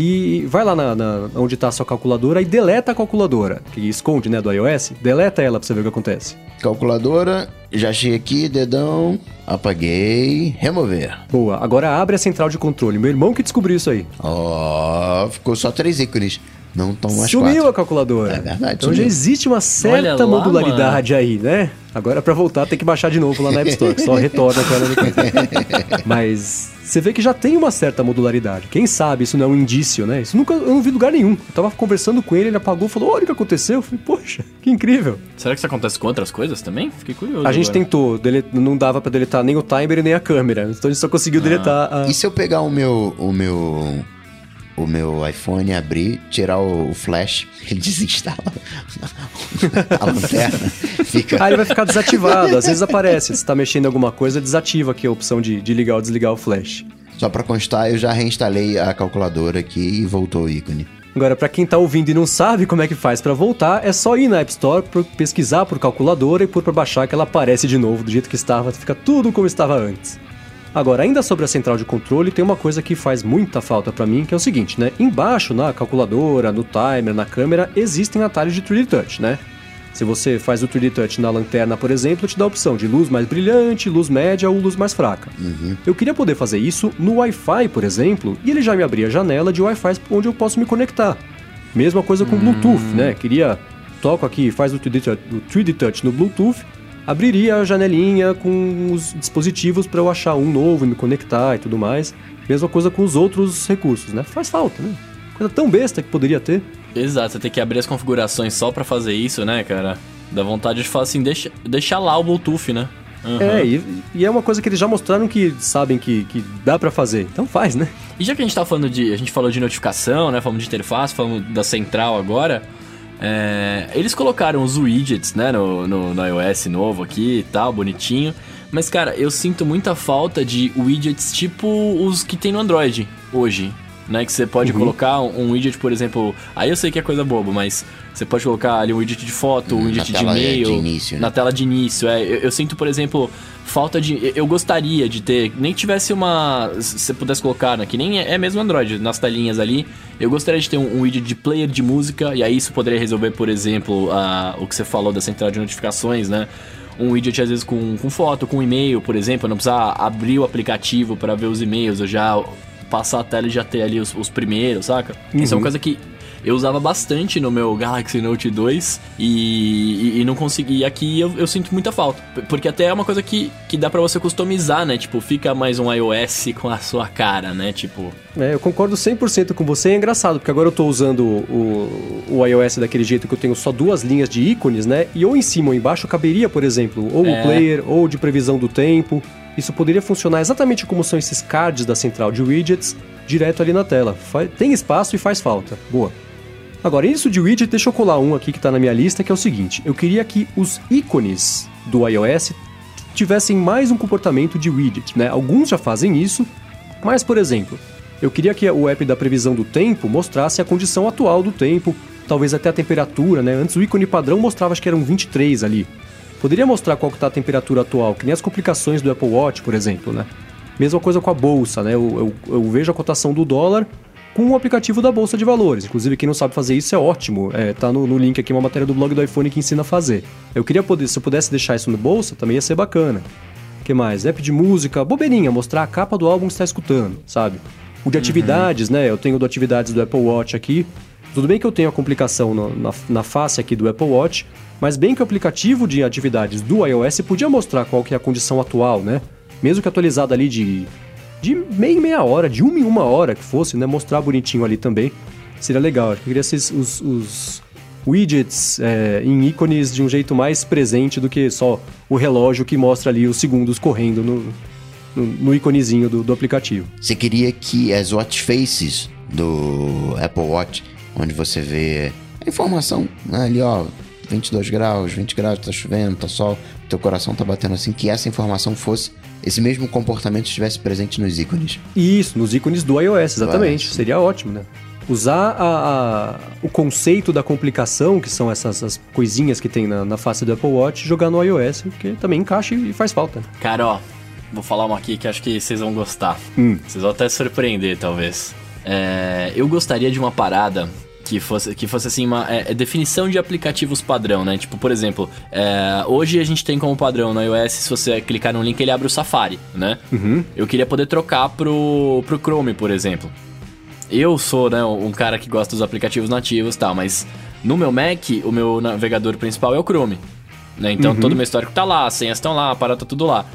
e vai lá na, na, onde está a sua calculadora e deleta a calculadora, que esconde, né, do iOS. Deleta ela pra você ver o que acontece. Calculadora, já achei aqui, dedão, apaguei, remover. Boa, agora abre a central de controle. Meu irmão que descobriu isso aí. Ó, oh, ficou só três ícones. Não estão mais Sumiu quatro. a calculadora. É verdade. Então sumiu. já existe uma certa lá, modularidade mano. aí, né? Agora pra voltar tem que baixar de novo lá na App Store, só retorna com ela no Mas você vê que já tem uma certa modularidade. Quem sabe isso não é um indício, né? Isso nunca, eu não vi em lugar nenhum. Eu tava conversando com ele, ele apagou e falou, olha o que aconteceu. Eu falei, poxa, que incrível. Será que isso acontece com outras coisas também? Fiquei curioso. A gente agora. tentou, dele, não dava pra deletar nem o timer nem a câmera. Então a gente só conseguiu ah. deletar a... E se eu pegar o meu... O meu... O meu iPhone, abrir, tirar o flash, ele desinstala a lanterna. Fica... Ah, ele vai ficar desativado. Às vezes aparece. Se tá mexendo em alguma coisa, desativa aqui a opção de, de ligar ou desligar o flash. Só pra constar, eu já reinstalei a calculadora aqui e voltou o ícone. Agora, pra quem tá ouvindo e não sabe como é que faz pra voltar, é só ir na App Store, pesquisar por calculadora e pôr pra baixar que ela aparece de novo, do jeito que estava, fica tudo como estava antes. Agora, ainda sobre a central de controle, tem uma coisa que faz muita falta pra mim, que é o seguinte, né? Embaixo, na calculadora, no timer, na câmera, existem atalhos de três D Touch, né? Se você faz o três D Touch na lanterna, por exemplo, te dá a opção de luz mais brilhante, luz média ou luz mais fraca. Uhum. Eu queria poder fazer isso no Wi-Fi, por exemplo, e ele já me abria a janela de Wi-Fi onde eu posso me conectar. Mesma coisa com uhum. Bluetooth, né? Queria, toco aqui, faz o três D Touch no Bluetooth, abriria a janelinha com os dispositivos para eu achar um novo e me conectar e tudo mais. Mesma coisa com os outros recursos, né? Faz falta, né? Coisa tão besta que poderia ter. Exato, você tem que abrir as configurações só pra fazer isso, né, cara? Dá vontade de falar assim, deixa, deixa lá o Bluetooth, né? Uhum. É, e, e é uma coisa que eles já mostraram que sabem que, que dá pra fazer. Então faz, né? E já que a gente tá falando de... A gente falou de notificação, né? Falamos de interface, falamos da central agora... É, eles colocaram os widgets, né, no, no, no iOS novo aqui e tal, bonitinho. Mas, cara, eu sinto muita falta de widgets tipo os que tem no Android hoje, né? Que você pode uhum. colocar um widget, por exemplo... Aí eu sei que é coisa boba, mas você pode colocar ali um widget de foto, um widget de e-mail... De início, né? Na tela de início, é. Eu, eu sinto, por exemplo, falta de... Eu gostaria de ter... Nem que tivesse uma... Se você pudesse colocar, né? Que nem é, é mesmo Android, nas telinhas ali... Eu gostaria de ter um, um widget de player de música, e aí isso poderia resolver, por exemplo, a, o que você falou da central de notificações, né? Um widget, às vezes, com, com foto, com e-mail, por exemplo, eu não precisar abrir o aplicativo para ver os e-mails, eu já passar a tela e já ter ali os, os primeiros, saca? Uhum. Isso é uma coisa que eu usava bastante no meu Galaxy Note dois e, e, e não consegui. E aqui eu, eu sinto muita falta. Porque até é uma coisa que, que dá pra você customizar, né? Tipo, fica mais um iOS com a sua cara, né? Tipo... É, eu concordo cem por cento com você. É engraçado, porque agora eu tô usando o, o iOS daquele jeito que eu tenho só duas linhas de ícones, né? E ou em cima ou embaixo caberia, por exemplo, ou é. o player, ou de previsão do tempo. Isso poderia funcionar exatamente como são esses cards da central de widgets, direto ali na tela. Tem espaço e faz falta. Boa. Agora, isso de widget, deixa eu colar um aqui que tá na minha lista, que é o seguinte. Eu queria que os ícones do iOS tivessem mais um comportamento de widget, né? Alguns já fazem isso, mas, por exemplo, eu queria que o app da previsão do tempo mostrasse a condição atual do tempo, talvez até a temperatura, né? Antes o ícone padrão mostrava, acho que eram vinte e três ali. Poderia mostrar qual que tá a temperatura atual, que nem as complicações do Apple Watch, por exemplo, né? Mesma coisa com a bolsa, né? Eu, eu, eu vejo a cotação do dólar com o aplicativo da Bolsa de Valores. Inclusive, quem não sabe fazer isso é ótimo. É, tá no, no link aqui uma matéria do blog do iPhone que ensina a fazer. Eu queria poder, se eu pudesse deixar isso no Bolsa, também ia ser bacana. O que mais? App de música, bobeirinha, mostrar a capa do álbum que você está escutando, sabe? O de atividades, uhum. né? Eu tenho o do atividades do Apple Watch aqui. Tudo bem que eu tenho a complicação no, na, na face aqui do Apple Watch, mas bem que o aplicativo de atividades do iOS podia mostrar qual que é a condição atual, né? Mesmo que atualizada ali de... de meia em meia hora, de uma em uma hora que fosse, né? Mostrar bonitinho ali também. Seria legal. Eu queria ser os, os widgets é, em ícones de um jeito mais presente do que só o relógio que mostra ali os segundos correndo no, no, no iconezinho do, do aplicativo. Você queria que as watch faces do Apple Watch, onde você vê a informação, né? Ali, ó, vinte e dois graus, vinte graus, tá chovendo, tá sol, teu coração tá batendo assim, que essa informação fosse... esse mesmo comportamento estivesse presente nos ícones. Isso, nos ícones do iOS, exatamente. Do iOS. Seria ótimo, né? Usar a, a, o conceito da complicação, que são essas as coisinhas que tem na, na face do Apple Watch, jogar no iOS, porque também encaixa e faz falta. Cara, ó, vou falar uma aqui que acho que vocês vão gostar. Hum. Vocês vão até se surpreender, talvez. É, eu gostaria de uma parada... Que fosse, que fosse assim, uma é, é definição de aplicativos padrão, né? Tipo, por exemplo, é, hoje a gente tem como padrão no iOS, se você clicar no link, ele abre o Safari, né? Uhum. Eu queria poder trocar pro, pro Chrome, por exemplo. Eu sou, né, um cara que gosta dos aplicativos nativos e tal, mas no meu Mac, o meu navegador principal é o Chrome, né? Então, uhum. todo o meu histórico tá lá, as senhas estão lá, a parada tá tudo lá.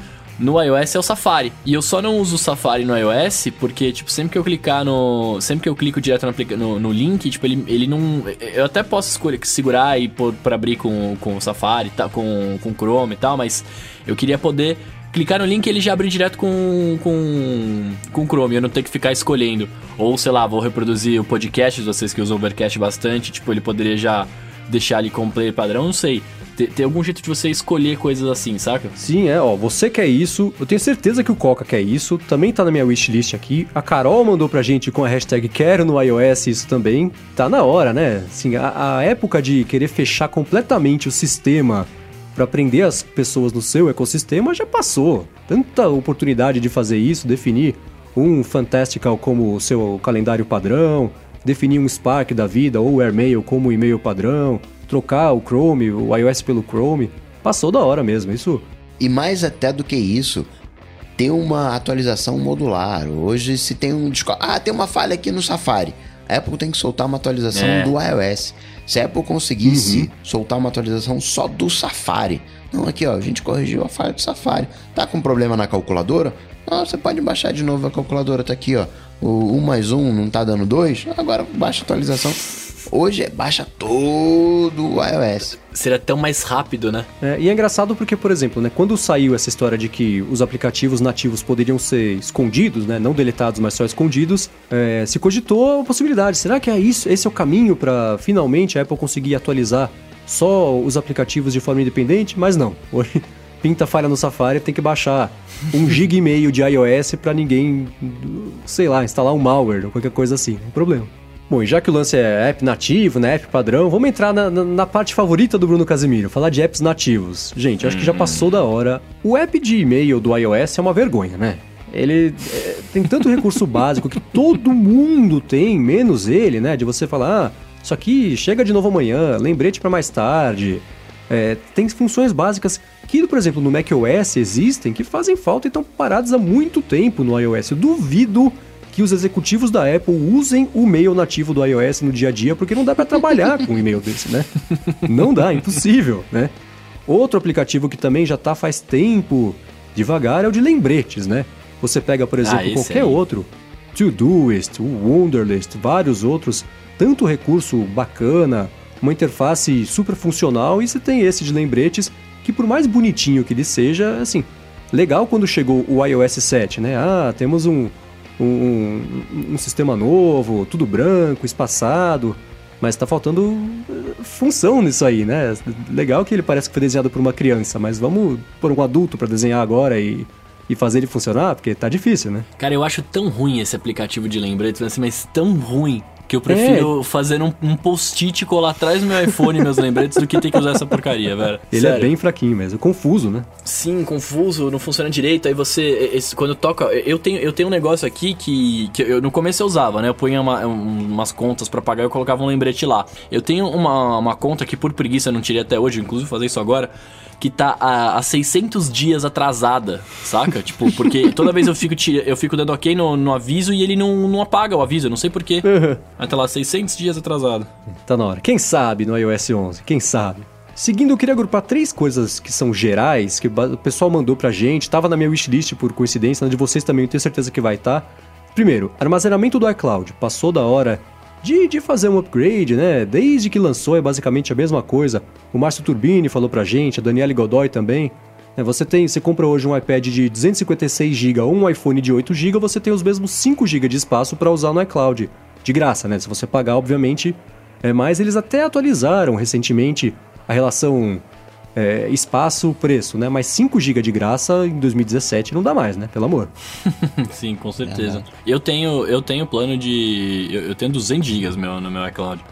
no iOS é o Safari. E eu só não uso o Safari no iOS porque, tipo, sempre que eu clicar no... Sempre que eu clico direto no, no, no link, tipo, ele, ele não... Eu até posso escolher, segurar e pôr pra abrir com, com o Safari, tá, com, com o Chrome e tal, mas eu queria poder... clicar no link e ele já abre direto com, com, com o Chrome, eu não tenho que ficar escolhendo. Ou, sei lá, vou reproduzir o podcast, vocês que usam o Overcast bastante, tipo, ele poderia já deixar ali com play padrão, não sei. Tem, tem algum jeito de você escolher coisas assim, saca? Sim, é, ó, você quer isso, eu tenho certeza que o Coca quer isso, também tá na minha wishlist aqui, a Carol mandou pra gente com a hashtag quero no iOS isso também, tá na hora, né? Assim, a, a época de querer fechar completamente o sistema para prender as pessoas no seu ecossistema já passou. Tanta oportunidade de fazer isso, definir um Fantastical como o seu calendário padrão, definir um Spark da vida ou o AirMail como e-mail padrão, trocar o Chrome, o iOS pelo Chrome. Passou da hora mesmo, isso. E mais até do que isso, ter uma atualização modular. Hoje se tem um... Ah, tem uma falha aqui no Safari. A Apple tem que soltar uma atualização é. do iOS. Se a Apple conseguisse uhum. soltar uma atualização só do Safari. Não, aqui ó, a gente corrigiu a falha do Safari. Tá com problema na calculadora? Não, você pode baixar de novo a calculadora. Tá aqui ó, o um mais um não tá dando dois. Agora baixa a atualização. Hoje é baixa todo o iOS. Seria tão mais rápido, né? É, e é engraçado porque, por exemplo, né, quando saiu essa história de que os aplicativos nativos poderiam ser escondidos, né, não deletados, mas só escondidos, é, se cogitou a possibilidade. Será que é isso, esse é o caminho para finalmente a Apple conseguir atualizar só os aplicativos de forma independente? Mas não. Hoje, pinta falha no Safari, tem que baixar um giga e meio de iOS para ninguém, sei lá, instalar um malware ou qualquer coisa assim. Não tem problema. Bom, e já que o lance é app nativo, né, app padrão, vamos entrar na, na, na parte favorita do Bruno Casimiro, falar de apps nativos. Gente, acho que já passou da hora. O app de e-mail do iOS é uma vergonha, né? Ele é, tem tanto recurso básico que todo mundo tem, menos ele, né? De você falar, ah, isso aqui chega de novo amanhã, lembrete para mais tarde. É, tem funções básicas que, por exemplo, no macOS existem, que fazem falta e estão paradas há muito tempo no iOS. Eu duvido que os executivos da Apple usem o e-mail nativo do iOS no dia a dia, porque não dá para trabalhar com um e-mail desse, né? Não dá, impossível, né? Outro aplicativo que também já tá faz tempo devagar é o de lembretes, né? Você pega, por exemplo, ah, qualquer aí. outro, Todoist, o Wunderlist, vários outros, tanto recurso bacana, uma interface super funcional, e você tem esse de lembretes, que por mais bonitinho que ele seja, assim, legal quando chegou o iOS sete, né? Ah, temos um Um, um, um sistema novo, tudo branco, espaçado, mas tá faltando função nisso aí, né? Legal que ele parece que foi desenhado por uma criança, mas vamos pôr um adulto pra desenhar agora e, e fazer ele funcionar, porque tá difícil, né? Cara, eu acho tão ruim esse aplicativo de lembretes, mas tão ruim, que eu prefiro é. fazer um, um post-it e colar atrás do meu iPhone meus lembretes do que ter que usar essa porcaria, velho. Ele Sério. é bem fraquinho mesmo, confuso, né? Sim, confuso, não funciona direito. Aí você, esse, quando toca, eu tenho, eu tenho um negócio aqui que, que eu, no começo eu usava, né? Eu punha uma, um, umas contas pra pagar e eu colocava um lembrete lá. Eu tenho uma, uma conta que por preguiça eu não tirei até hoje, inclusive vou fazer isso agora, que tá há, há seiscentos dias atrasada, saca? Tipo, porque toda vez eu fico, eu fico dando ok no, no aviso e ele não, não apaga o aviso, eu não sei porquê. Uhum. Aí tá lá, seiscentos dias atrasado. Tá na hora. Quem sabe no iOS onze? Quem sabe? Seguindo, eu queria agrupar três coisas que são gerais, que o pessoal mandou pra gente, tava na minha wishlist por coincidência, na de vocês também, eu tenho certeza que vai estar. Tá. Primeiro, armazenamento do iCloud. Passou da hora de, de fazer um upgrade, né? Desde que lançou é basicamente a mesma coisa. O Márcio Turbini falou pra gente, a Daniele Godoy também. Você, tem, você compra hoje um iPad de duzentos e cinquenta e seis gigas ou um iPhone de oito gigas, você tem os mesmos cinco gigas de espaço para usar no iCloud. De graça, né? Se você pagar, obviamente. É, mas eles até atualizaram recentemente a relação é, espaço-preço, né? Mas cinco gigas de graça em dois mil e dezessete não dá mais, né? Pelo amor. Sim, com certeza. É. Eu tenho eu tenho plano de... Eu, eu tenho duzentos gigas meu, no meu iCloud.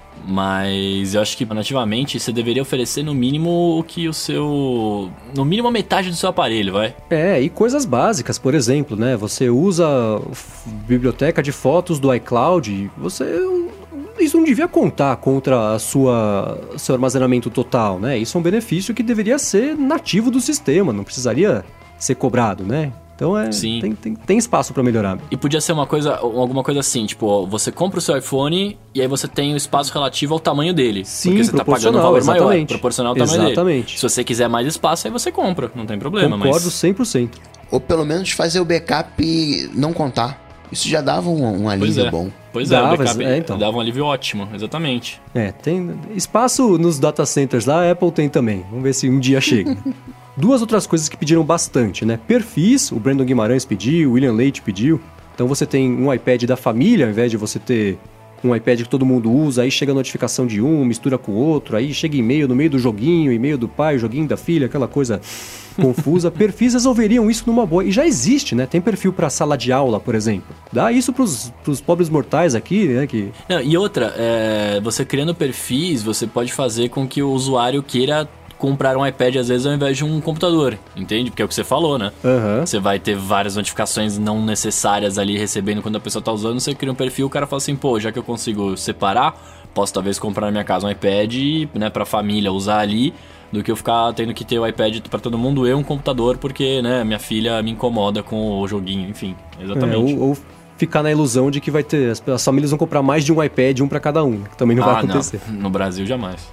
Mas eu acho que nativamente você deveria oferecer no mínimo o que o seu... No mínimo a metade do seu aparelho, vai? É, e coisas básicas, por exemplo, né? Você usa biblioteca de fotos do iCloud, você... Isso não devia contar contra a sua seu armazenamento total, né? Isso é um benefício que deveria ser nativo do sistema, não precisaria ser cobrado, né? Então é, tem, tem, tem espaço para melhorar. E podia ser uma coisa, alguma coisa assim, tipo, você compra o seu iPhone e aí você tem o espaço relativo ao tamanho dele. Sim, porque você tá pagando um valor exatamente. maior, proporcional ao tamanho exatamente. dele. Se você quiser mais espaço, aí você compra, não tem problema. Concordo mas... cem por cento. Ou pelo menos fazer o backup e não contar. Isso já dava um, um alívio é. bom. Pois Dava, é, o backup é, então. dava um alívio ótimo, exatamente. É, tem espaço nos data centers lá, a Apple tem também. Vamos ver se um dia chega. Duas outras coisas que pediram bastante, né? Perfis, o Brandon Guimarães pediu, o William Leite pediu. Então você tem um iPad da família, ao invés de você ter um iPad que todo mundo usa, aí chega a notificação de um, mistura com o outro, aí chega e-mail no meio do joguinho, e-mail do pai, joguinho da filha, aquela coisa confusa. Perfis resolveriam isso numa boa. E já existe, né? Tem perfil para sala de aula, por exemplo. Dá isso pros, pros pobres mortais aqui, né? Que... Não, e outra, é, você criando perfis, você pode fazer com que o usuário queira comprar um iPad às vezes ao invés de um computador, entende? Porque é o que você falou, né? Uhum. Você vai ter várias notificações não necessárias ali recebendo quando a pessoa tá usando, você cria um perfil, o cara fala assim, pô, já que eu consigo separar, posso talvez comprar na minha casa um iPad, né, pra família usar ali, do que eu ficar tendo que ter o iPad pra todo mundo e um computador, porque, né, minha filha me incomoda com o joguinho, enfim, exatamente. É, ou, ou ficar na ilusão de que vai ter, as, as famílias vão comprar mais de um iPad, um pra cada um, que também não ah, vai acontecer. Não. No Brasil, jamais.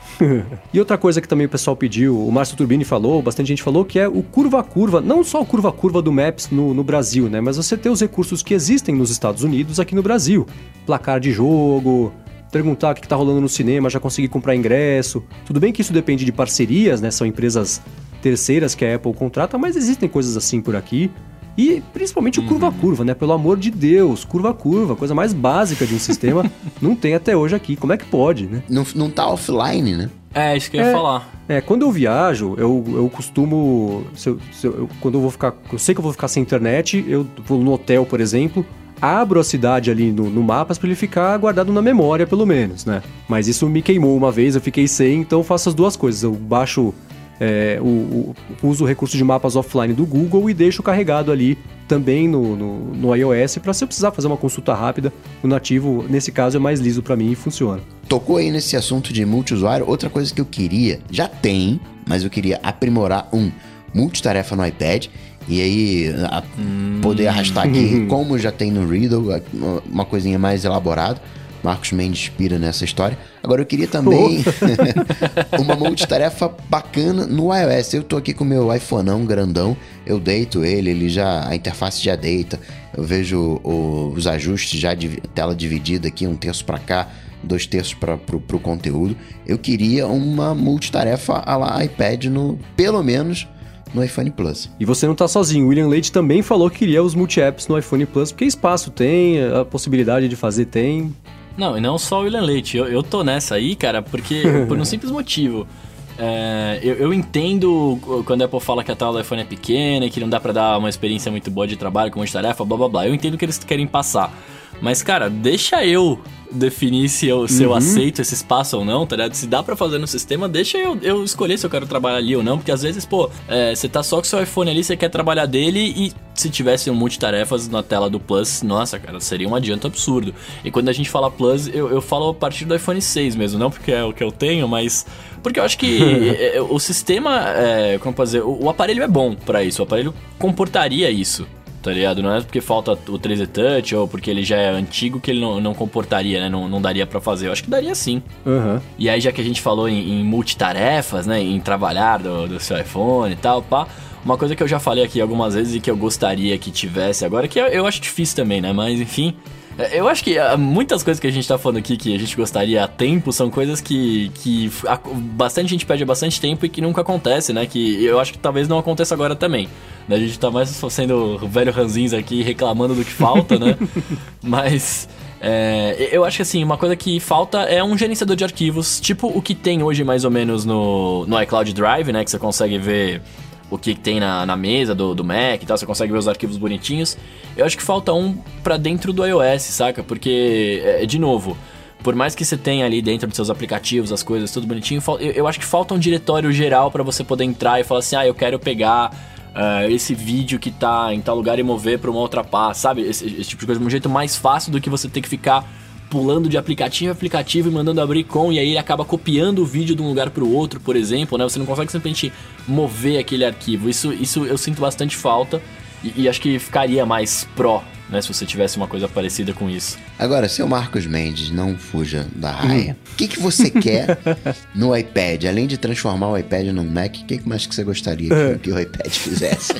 E outra coisa que também o pessoal pediu, o Márcio Turbini falou, bastante gente falou, que é o curva a curva, não só o curva a curva do Maps no, no Brasil, né? Mas você ter os recursos que existem nos Estados Unidos aqui no Brasil. Placar de jogo, perguntar o que está rolando no cinema, já conseguir comprar ingresso. Tudo bem que isso depende de parcerias, né? São empresas terceiras que a Apple contrata, mas existem coisas assim por aqui. E principalmente o curva a curva, né? Pelo amor de Deus, curva a curva, coisa mais básica de um sistema, não tem até hoje aqui. Como é que pode, né? Não, não tá offline, né? É, isso que eu ia É, falar. É, quando eu viajo, eu, eu costumo... Se eu, se eu, quando eu vou ficar... Eu sei que eu vou ficar sem internet, eu vou no hotel, por exemplo, abro a cidade ali no, no mapas pra ele ficar guardado na memória, pelo menos, né? Mas isso me queimou uma vez, eu fiquei sem, então eu faço as duas coisas. Eu baixo... É, o, o, uso o recurso de mapas offline do Google e deixo carregado ali também no, no, no iOS para se eu precisar fazer uma consulta rápida, o nativo, nesse caso, é mais liso para mim e funciona. Tocou aí nesse assunto de multiusuário, outra coisa que eu queria, já tem, mas eu queria aprimorar um multitarefa no iPad e aí a, hum. poder arrastar aqui, como já tem no Riddle, uma coisinha mais elaborada. Marcos Mendes inspira nessa história. Agora eu queria também oh. uma multitarefa bacana no iOS. Eu tô aqui com o meu iPhoneão grandão, eu deito ele, ele já, a interface já deita, eu vejo o, os ajustes já de tela dividida aqui, um terço para cá, dois terços para pro, pro conteúdo. Eu queria uma multitarefa à la iPad, no, pelo menos no iPhone Plus. E você não tá sozinho, o William Leite também falou que queria os multi-apps no iPhone Plus, porque espaço tem, a possibilidade de fazer tem... Não, e não só o William Leite, eu, eu tô nessa aí, cara, porque por um simples motivo. É, eu, eu entendo quando a Apple fala que a tela do iPhone é pequena e que não dá pra dar uma experiência muito boa de trabalho com multitarefa, blá blá blá. Eu entendo o que eles querem passar. Mas, cara, deixa eu definir se eu, se uhum. eu aceito esse espaço ou não, tá ligado? Se dá pra fazer no sistema, deixa eu, eu escolher se eu quero trabalhar ali ou não, porque às vezes, pô, é, você tá só com o seu iPhone ali, você quer trabalhar dele e se tivesse um multitarefas na tela do Plus, nossa, cara, seria um adianto absurdo. E quando a gente fala Plus, eu, eu falo a partir do iPhone seis mesmo, não porque é o que eu tenho, mas porque eu acho que é, o sistema, é, como fazer, o, o aparelho é bom pra isso, o aparelho comportaria isso. Tá ligado? Não é porque falta o três D Touch ou porque ele já é antigo que ele não, não comportaria, né? Não, não daria pra fazer. Eu acho que daria sim. Uhum. E aí, já que a gente falou em, em multitarefas, né? Em trabalhar do, do seu iPhone e tal, pá. Uma coisa que eu já falei aqui algumas vezes e que eu gostaria que tivesse agora, que eu, eu acho difícil também, né? Mas, enfim... Eu acho que muitas coisas que a gente tá falando aqui que a gente gostaria há tempo são coisas que, que bastante gente pede há bastante tempo e que nunca acontece, né? Que eu acho que talvez não aconteça agora também. A gente tá mais sendo velho ranzinza aqui reclamando do que falta, né? Mas é, eu acho que assim, uma coisa que falta é um gerenciador de arquivos, tipo o que tem hoje mais ou menos no, no iCloud Drive, né? Que você consegue ver o que tem na, na mesa do, do Mac e tal, você consegue ver os arquivos bonitinhos. Eu acho que falta um pra dentro do iOS, saca? Porque, é, de novo, por mais que você tenha ali dentro dos seus aplicativos as coisas tudo bonitinho, eu, eu acho que falta um diretório geral pra você poder entrar e falar assim, ah, eu quero pegar uh, esse vídeo que tá em tal lugar e mover pra uma outra pasta, sabe? Esse, esse tipo de coisa, de um jeito mais fácil do que você ter que ficar pulando de aplicativo em aplicativo e mandando abrir com, e aí ele acaba copiando o vídeo de um lugar pro outro, por exemplo, né? Você não consegue simplesmente mover aquele arquivo. Isso, isso eu sinto bastante falta e, e acho que ficaria mais pró, né? Se você tivesse uma coisa parecida com isso. Agora, seu Marcos Mendes, não fuja da raia. O que, que você quer no iPad? Além de transformar o iPad num Mac, o que mais que você gostaria que, que o iPad fizesse?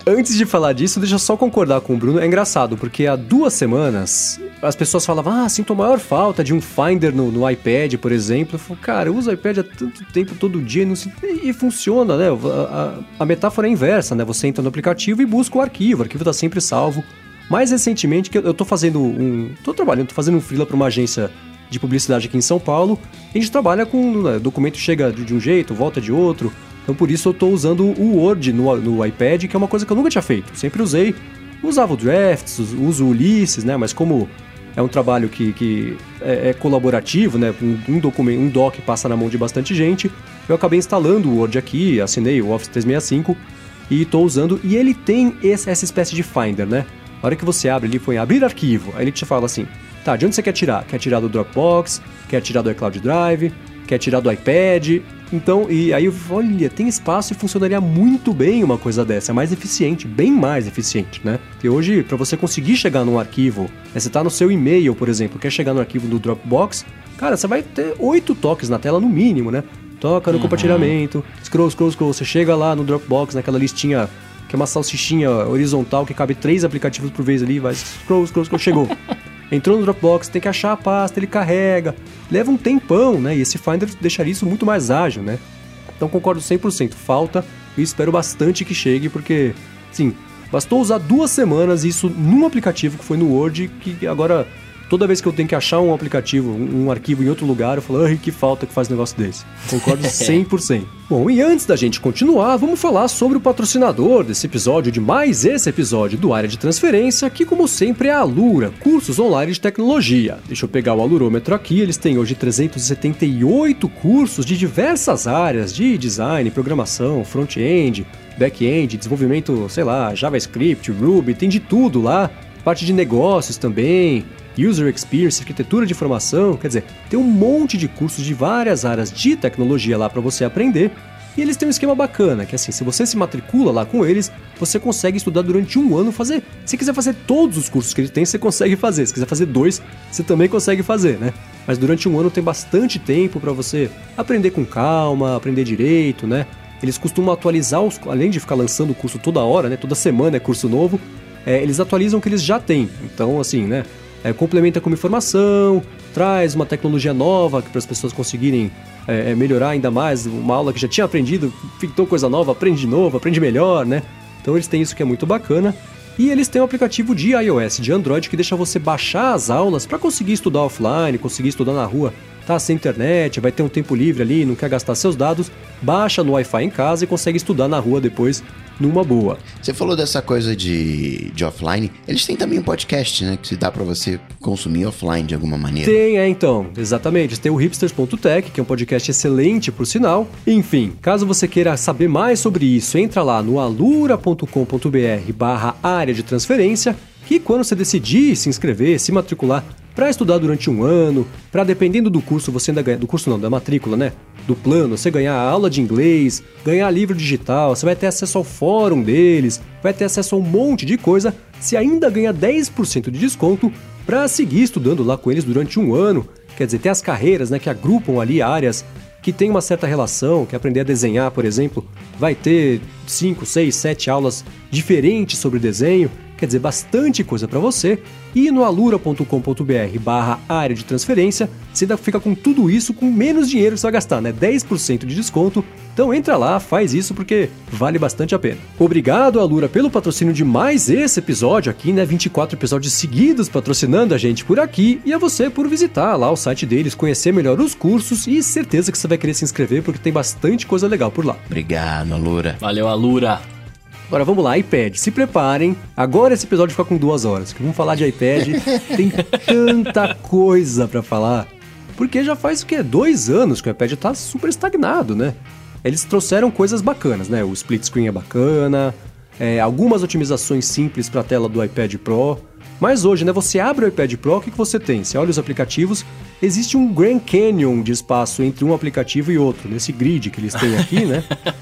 Antes de falar disso, deixa eu só concordar com o Bruno. É engraçado, porque há duas semanas as pessoas falavam, ah, sinto a maior falta de um Finder no, no iPad, por exemplo. Eu falo, cara, eu uso o iPad há tanto tempo, todo dia, e, não se... e funciona, né? A, a, a metáfora é inversa, né? Você entra no aplicativo e busca o arquivo, o arquivo tá sempre salvo. Mais recentemente, que eu, eu tô fazendo um... tô trabalhando, tô fazendo um freela para uma agência de publicidade aqui em São Paulo. A gente trabalha com... Né, documento chega de, de um jeito, volta de outro. Então por isso eu tô usando o Word no, no iPad, que é uma coisa que eu nunca tinha feito. Sempre usei, usava o Drafts, uso o Ulysses, né? Mas como é um trabalho que, que é, é colaborativo, né? Um, um, documento, um doc passa na mão de bastante gente, eu acabei instalando o Word aqui, assinei o Office trezentos e sessenta e cinco e tô usando. E ele tem esse, essa espécie de Finder, né? Na hora que você abre, ele põe abrir arquivo, aí ele te fala assim, tá, de onde você quer tirar? Quer tirar do Dropbox? Quer tirar do iCloud Drive? Quer tirar do iPad? Então, e aí eu olha, tem espaço e funcionaria muito bem uma coisa dessa, é mais eficiente, bem mais eficiente, né? Porque hoje, para você conseguir chegar num arquivo, né, você tá no seu e-mail, por exemplo, quer chegar no arquivo do Dropbox, cara, você vai ter oito toques na tela no mínimo, né? Toca no uhum. compartilhamento, scroll, scroll, scroll, você chega lá no Dropbox, naquela listinha, que é uma salsichinha horizontal que cabe três aplicativos por vez ali, vai scroll, scroll, scroll, chegou. Entrou no Dropbox, tem que achar a pasta, ele carrega, leva um tempão, né? E esse Finder deixaria isso muito mais ágil, né? Então concordo cem por cento, falta e espero bastante que chegue, porque, sim, bastou usar duas semanas isso num aplicativo que foi no Word, que agora, toda vez que eu tenho que achar um aplicativo, um, um arquivo em outro lugar, eu falo, ai, que falta que faz um negócio desse. Concordo cem por cento. Bom, e antes da gente continuar, vamos falar sobre o patrocinador desse episódio, de mais esse episódio do Área de Transferência, que como sempre é a Alura, cursos online de tecnologia. Deixa eu pegar o alurômetro aqui, eles têm hoje trezentos e setenta e oito cursos de diversas áreas, de design, programação, front-end, back-end, desenvolvimento, sei lá, JavaScript, Ruby, tem de tudo lá, parte de negócios também, User Experience, arquitetura de informação, quer dizer, tem um monte de cursos de várias áreas de tecnologia lá para você aprender. E eles têm um esquema bacana, que assim, se você se matricula lá com eles, você consegue estudar durante um ano, fazer... Se quiser fazer todos os cursos que eles têm, você consegue fazer. Se quiser fazer dois, você também consegue fazer, né? Mas durante um ano tem bastante tempo para você aprender com calma, aprender direito, né? Eles costumam atualizar, os... além de ficar lançando o curso toda hora, né? Toda semana é curso novo, é, eles atualizam o que eles já têm. Então, assim, né? É, complementa com informação, traz uma tecnologia nova para as pessoas conseguirem é, melhorar ainda mais uma aula que já tinha aprendido, pintou coisa nova, aprende de novo, aprende melhor, né? Então eles têm isso que é muito bacana. E eles têm um aplicativo de iOS, de Android, que deixa você baixar as aulas para conseguir estudar offline, conseguir estudar na rua, tá sem internet, vai ter um tempo livre ali, não quer gastar seus dados, baixa no Wi-Fi em casa e consegue estudar na rua depois numa boa. Você falou dessa coisa de, de offline, eles têm também um podcast, né, que dá pra você consumir offline de alguma maneira. Tem, é então, exatamente, tem o hipsters ponto tech, que é um podcast excelente por sinal. Enfim, caso você queira saber mais sobre isso, entra lá no alura ponto com ponto br barra área de transferência, que quando você decidir se inscrever, se matricular para estudar durante um ano, para dependendo do curso, você ainda ganha, do curso não, da matrícula, né? Do plano, você ganhar aula de inglês, ganhar livro digital, você vai ter acesso ao fórum deles, vai ter acesso a um monte de coisa, você ainda ganha dez por cento de desconto para seguir estudando lá com eles durante um ano. Quer dizer, tem as carreiras, né, que agrupam ali áreas que tem uma certa relação, que aprender a desenhar, por exemplo, vai ter cinco, seis, sete aulas diferentes sobre desenho. Quer dizer, bastante coisa para você. E no alura ponto com ponto br barra área de transferência, você ainda fica com tudo isso com menos dinheiro que você vai gastar, né? dez por cento de desconto. Então entra lá, faz isso porque vale bastante a pena. Obrigado, Alura, pelo patrocínio de mais esse episódio aqui, né? vinte e quatro episódios seguidos patrocinando a gente por aqui. E a você por visitar lá o site deles, conhecer melhor os cursos e certeza que você vai querer se inscrever porque tem bastante coisa legal por lá. Obrigado, Alura. Valeu, Alura. Agora vamos lá, iPad, se preparem. Agora esse episódio fica com duas horas, que vamos falar de iPad. Tem tanta coisa pra falar. Porque já faz o quê? Dois anos que o iPad tá super estagnado, né? Eles trouxeram coisas bacanas, né? O split screen é bacana, é, algumas otimizações simples pra tela do iPad Pro. Mas hoje, né, você abre o iPad Pro, o que, que você tem? Você olha os aplicativos, existe um Grand Canyon de espaço entre um aplicativo e outro, nesse grid que eles têm aqui, né?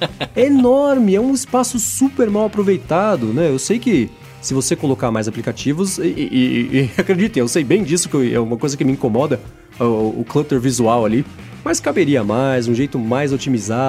É enorme, é um espaço super mal aproveitado, né? Eu sei que se você colocar mais aplicativos, e, e, e acreditem, eu sei bem disso, que é uma coisa que me incomoda, o, o clutter visual ali, mas caberia mais, um jeito mais otimizado.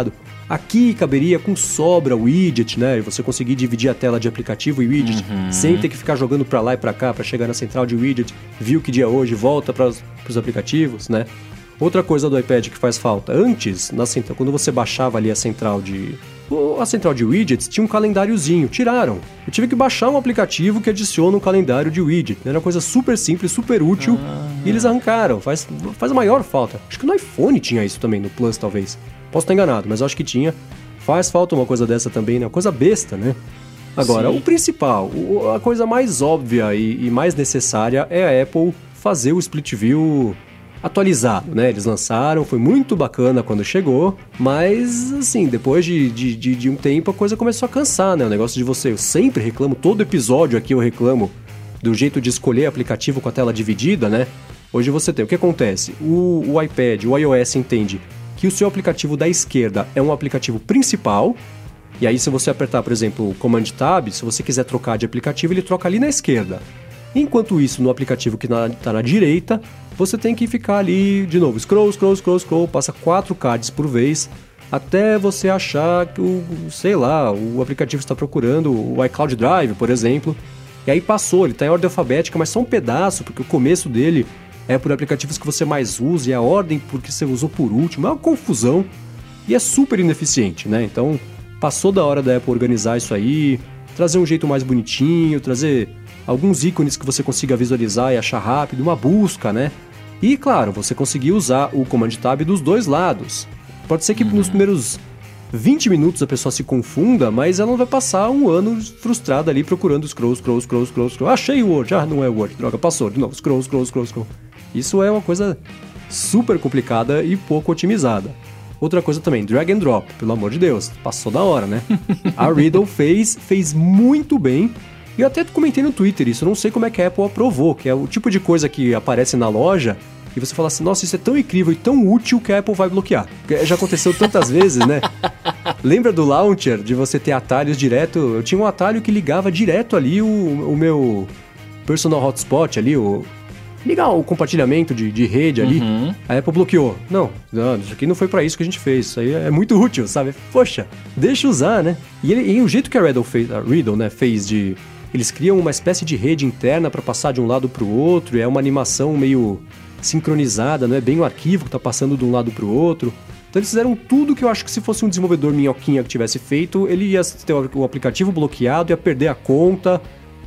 Aqui caberia com sobra o widget, né? E você conseguir dividir a tela de aplicativo e widget, uhum. sem ter que ficar jogando pra lá e pra cá, pra chegar na central de widget, viu que dia é hoje, volta para os aplicativos, né? Outra coisa do iPad que faz falta, antes, na central, quando você baixava ali a central de... A central de widgets tinha um calendáriozinho, tiraram. Eu tive que baixar um aplicativo que adiciona um calendário de widget. Era uma coisa super simples, super útil, ah. e eles arrancaram. Faz, faz a maior falta. Acho que no iPhone tinha isso também, no Plus talvez. Posso estar enganado, mas eu acho que tinha. Faz falta uma coisa dessa também, né? Uma coisa besta, né? Agora, Sim. o principal, a coisa mais óbvia e, e mais necessária é a Apple fazer o Split View atualizado, né? Eles lançaram, foi muito bacana quando chegou, mas, assim, depois de, de, de, de um tempo a coisa começou a cansar, né? O negócio de você, eu sempre reclamo, todo episódio aqui eu reclamo do jeito de escolher aplicativo com a tela dividida, né? Hoje você tem, o que acontece? O, o iPad, o iOS entende que o seu aplicativo da esquerda é um aplicativo principal, e aí se você apertar, por exemplo, o Command Tab, se você quiser trocar de aplicativo, ele troca ali na esquerda. Enquanto isso, no aplicativo que está na direita, você tem que ficar ali, de novo, scroll, scroll, scroll, scroll, passa quatro cards por vez, até você achar que o, sei lá, o aplicativo está procurando o iCloud Drive, por exemplo, e aí passou, ele está em ordem alfabética, mas só um pedaço, porque o começo dele é por aplicativos que você mais usa, e a ordem porque você usou por último, é uma confusão, e é super ineficiente, né? Então, passou da hora da Apple organizar isso aí, trazer um jeito mais bonitinho, trazer alguns ícones que você consiga visualizar e achar rápido, uma busca, né? E, claro, você conseguir usar o Command Tab dos dois lados. Pode ser que uhum. nos primeiros vinte minutos a pessoa se confunda, mas ela não vai passar um ano frustrada ali procurando scroll, scroll, scroll, scroll, scroll. Achei o Word, ah, não é o Word, droga, passou, de novo, scroll, scroll, scroll, scroll. Isso é uma coisa super complicada e pouco otimizada. Outra coisa também, drag and drop, pelo amor de Deus, passou da hora, né? A Riddle fez, fez muito bem. E eu até comentei no Twitter isso, eu não sei como é que a Apple aprovou, que é o tipo de coisa que aparece na loja e você fala assim, nossa, isso é tão incrível e tão útil que a Apple vai bloquear. Já aconteceu tantas vezes, né? Lembra do Launcher, de você ter atalhos direto? Eu tinha um atalho que ligava direto ali o, o meu personal hotspot ali, o... ligar o compartilhamento de, de rede ali, uhum. a Apple bloqueou. Não, não, isso aqui não foi pra isso que a gente fez, isso aí é muito útil, sabe? Poxa, deixa usar, né? E, ele, e o jeito que a Riddle fez, a Riddle, né, fez de... Eles criam uma espécie de rede interna para passar de um lado para o outro, e é uma animação meio sincronizada, não é bem o arquivo que está passando de um lado para o outro. Então eles fizeram tudo que eu acho que se fosse um desenvolvedor minhoquinha que tivesse feito, ele ia ter o aplicativo bloqueado, ia perder a conta,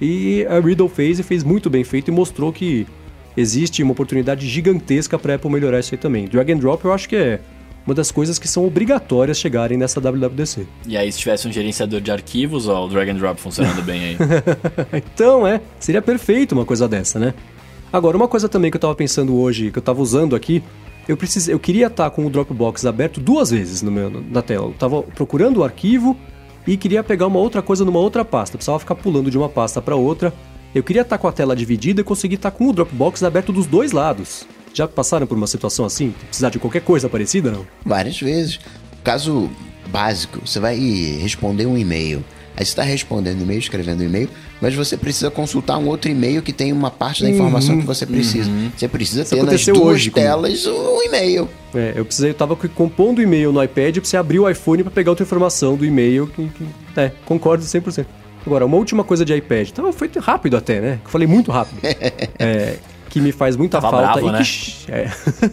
e a Riddle fez e fez muito bem feito e mostrou que existe uma oportunidade gigantesca para a Apple melhorar isso aí também. Drag and drop eu acho que é uma das coisas que são obrigatórias chegarem nessa W W D C. E aí, se tivesse um gerenciador de arquivos, ó, o drag and drop funcionando bem aí. Então, é, seria perfeito uma coisa dessa, né? Agora, uma coisa também que eu tava pensando hoje, que eu tava usando aqui, eu, precis... eu queria estar com o Dropbox aberto duas vezes no meu, na tela. Eu tava procurando o arquivo e queria pegar uma outra coisa numa outra pasta. Eu precisava ficar pulando de uma pasta para outra. Eu queria estar com a tela dividida e conseguir estar com o Dropbox aberto dos dois lados. Já passaram por uma situação assim? Precisar de qualquer coisa parecida, não? Várias vezes. Caso básico, você vai responder um e-mail. Aí você está respondendo e-mail, escrevendo e-mail, mas você precisa consultar um outro e-mail que tem uma parte da informação uhum, que você precisa. Uhum. Você precisa Isso ter nas duas hoje, telas um e-mail. É, eu precisei, eu tava compondo o e-mail no iPad pra você abrir o iPhone para pegar outra informação do e-mail. Que, que, é, concordo cem por cento. Agora, uma última coisa de iPad. Então, foi rápido até, né? Eu falei muito rápido. é... que me faz muita Tava falta bravo, e né? que é.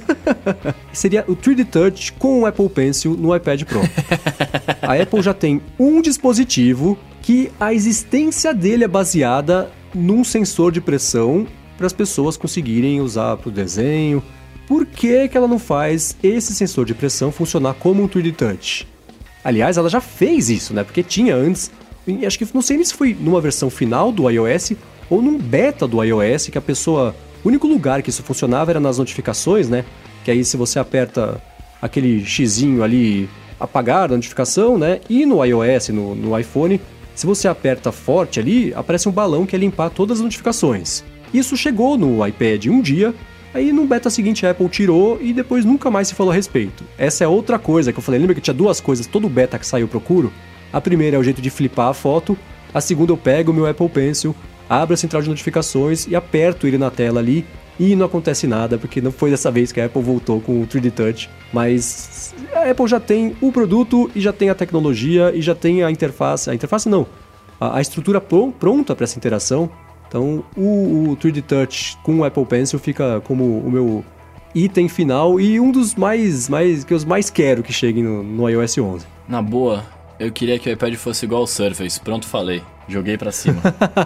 seria o três D Touch com o Apple Pencil no iPad Pro. A Apple já tem um dispositivo que a existência dele é baseada num sensor de pressão para as pessoas conseguirem usar para o desenho. Por que que ela não faz esse sensor de pressão funcionar como um três D Touch? Aliás, ela já fez isso, né? Porque tinha antes, acho que não sei nem se foi numa versão final do iOS ou num beta do iOS que a pessoa... O único lugar que isso funcionava era nas notificações, né? Que aí se você aperta aquele xizinho ali, apagar a notificação, né? E no iOS, no, no iPhone, se você aperta forte ali, aparece um balão que é limpar todas as notificações. Isso chegou no iPad um dia, aí no beta seguinte a Apple tirou e depois nunca mais se falou a respeito. Essa é outra coisa que eu falei, lembra que tinha duas coisas, todo beta que saiu eu procuro? A primeira é o jeito de flipar a foto, a segunda eu pego o meu Apple Pencil, abro a central de notificações e aperto ele na tela ali e não acontece nada, porque não foi dessa vez que a Apple voltou com o três D Touch, mas a Apple já tem o produto e já tem a tecnologia e já tem a interface, a interface não, a, a estrutura pr- pronta para essa interação. Então o, o três D Touch com o Apple Pencil fica como o meu item final e um dos mais, mais que eu mais quero que cheguem no, no iOS onze. Na boa, eu queria que o iPad fosse igual ao Surface, pronto, falei. Joguei pra cima.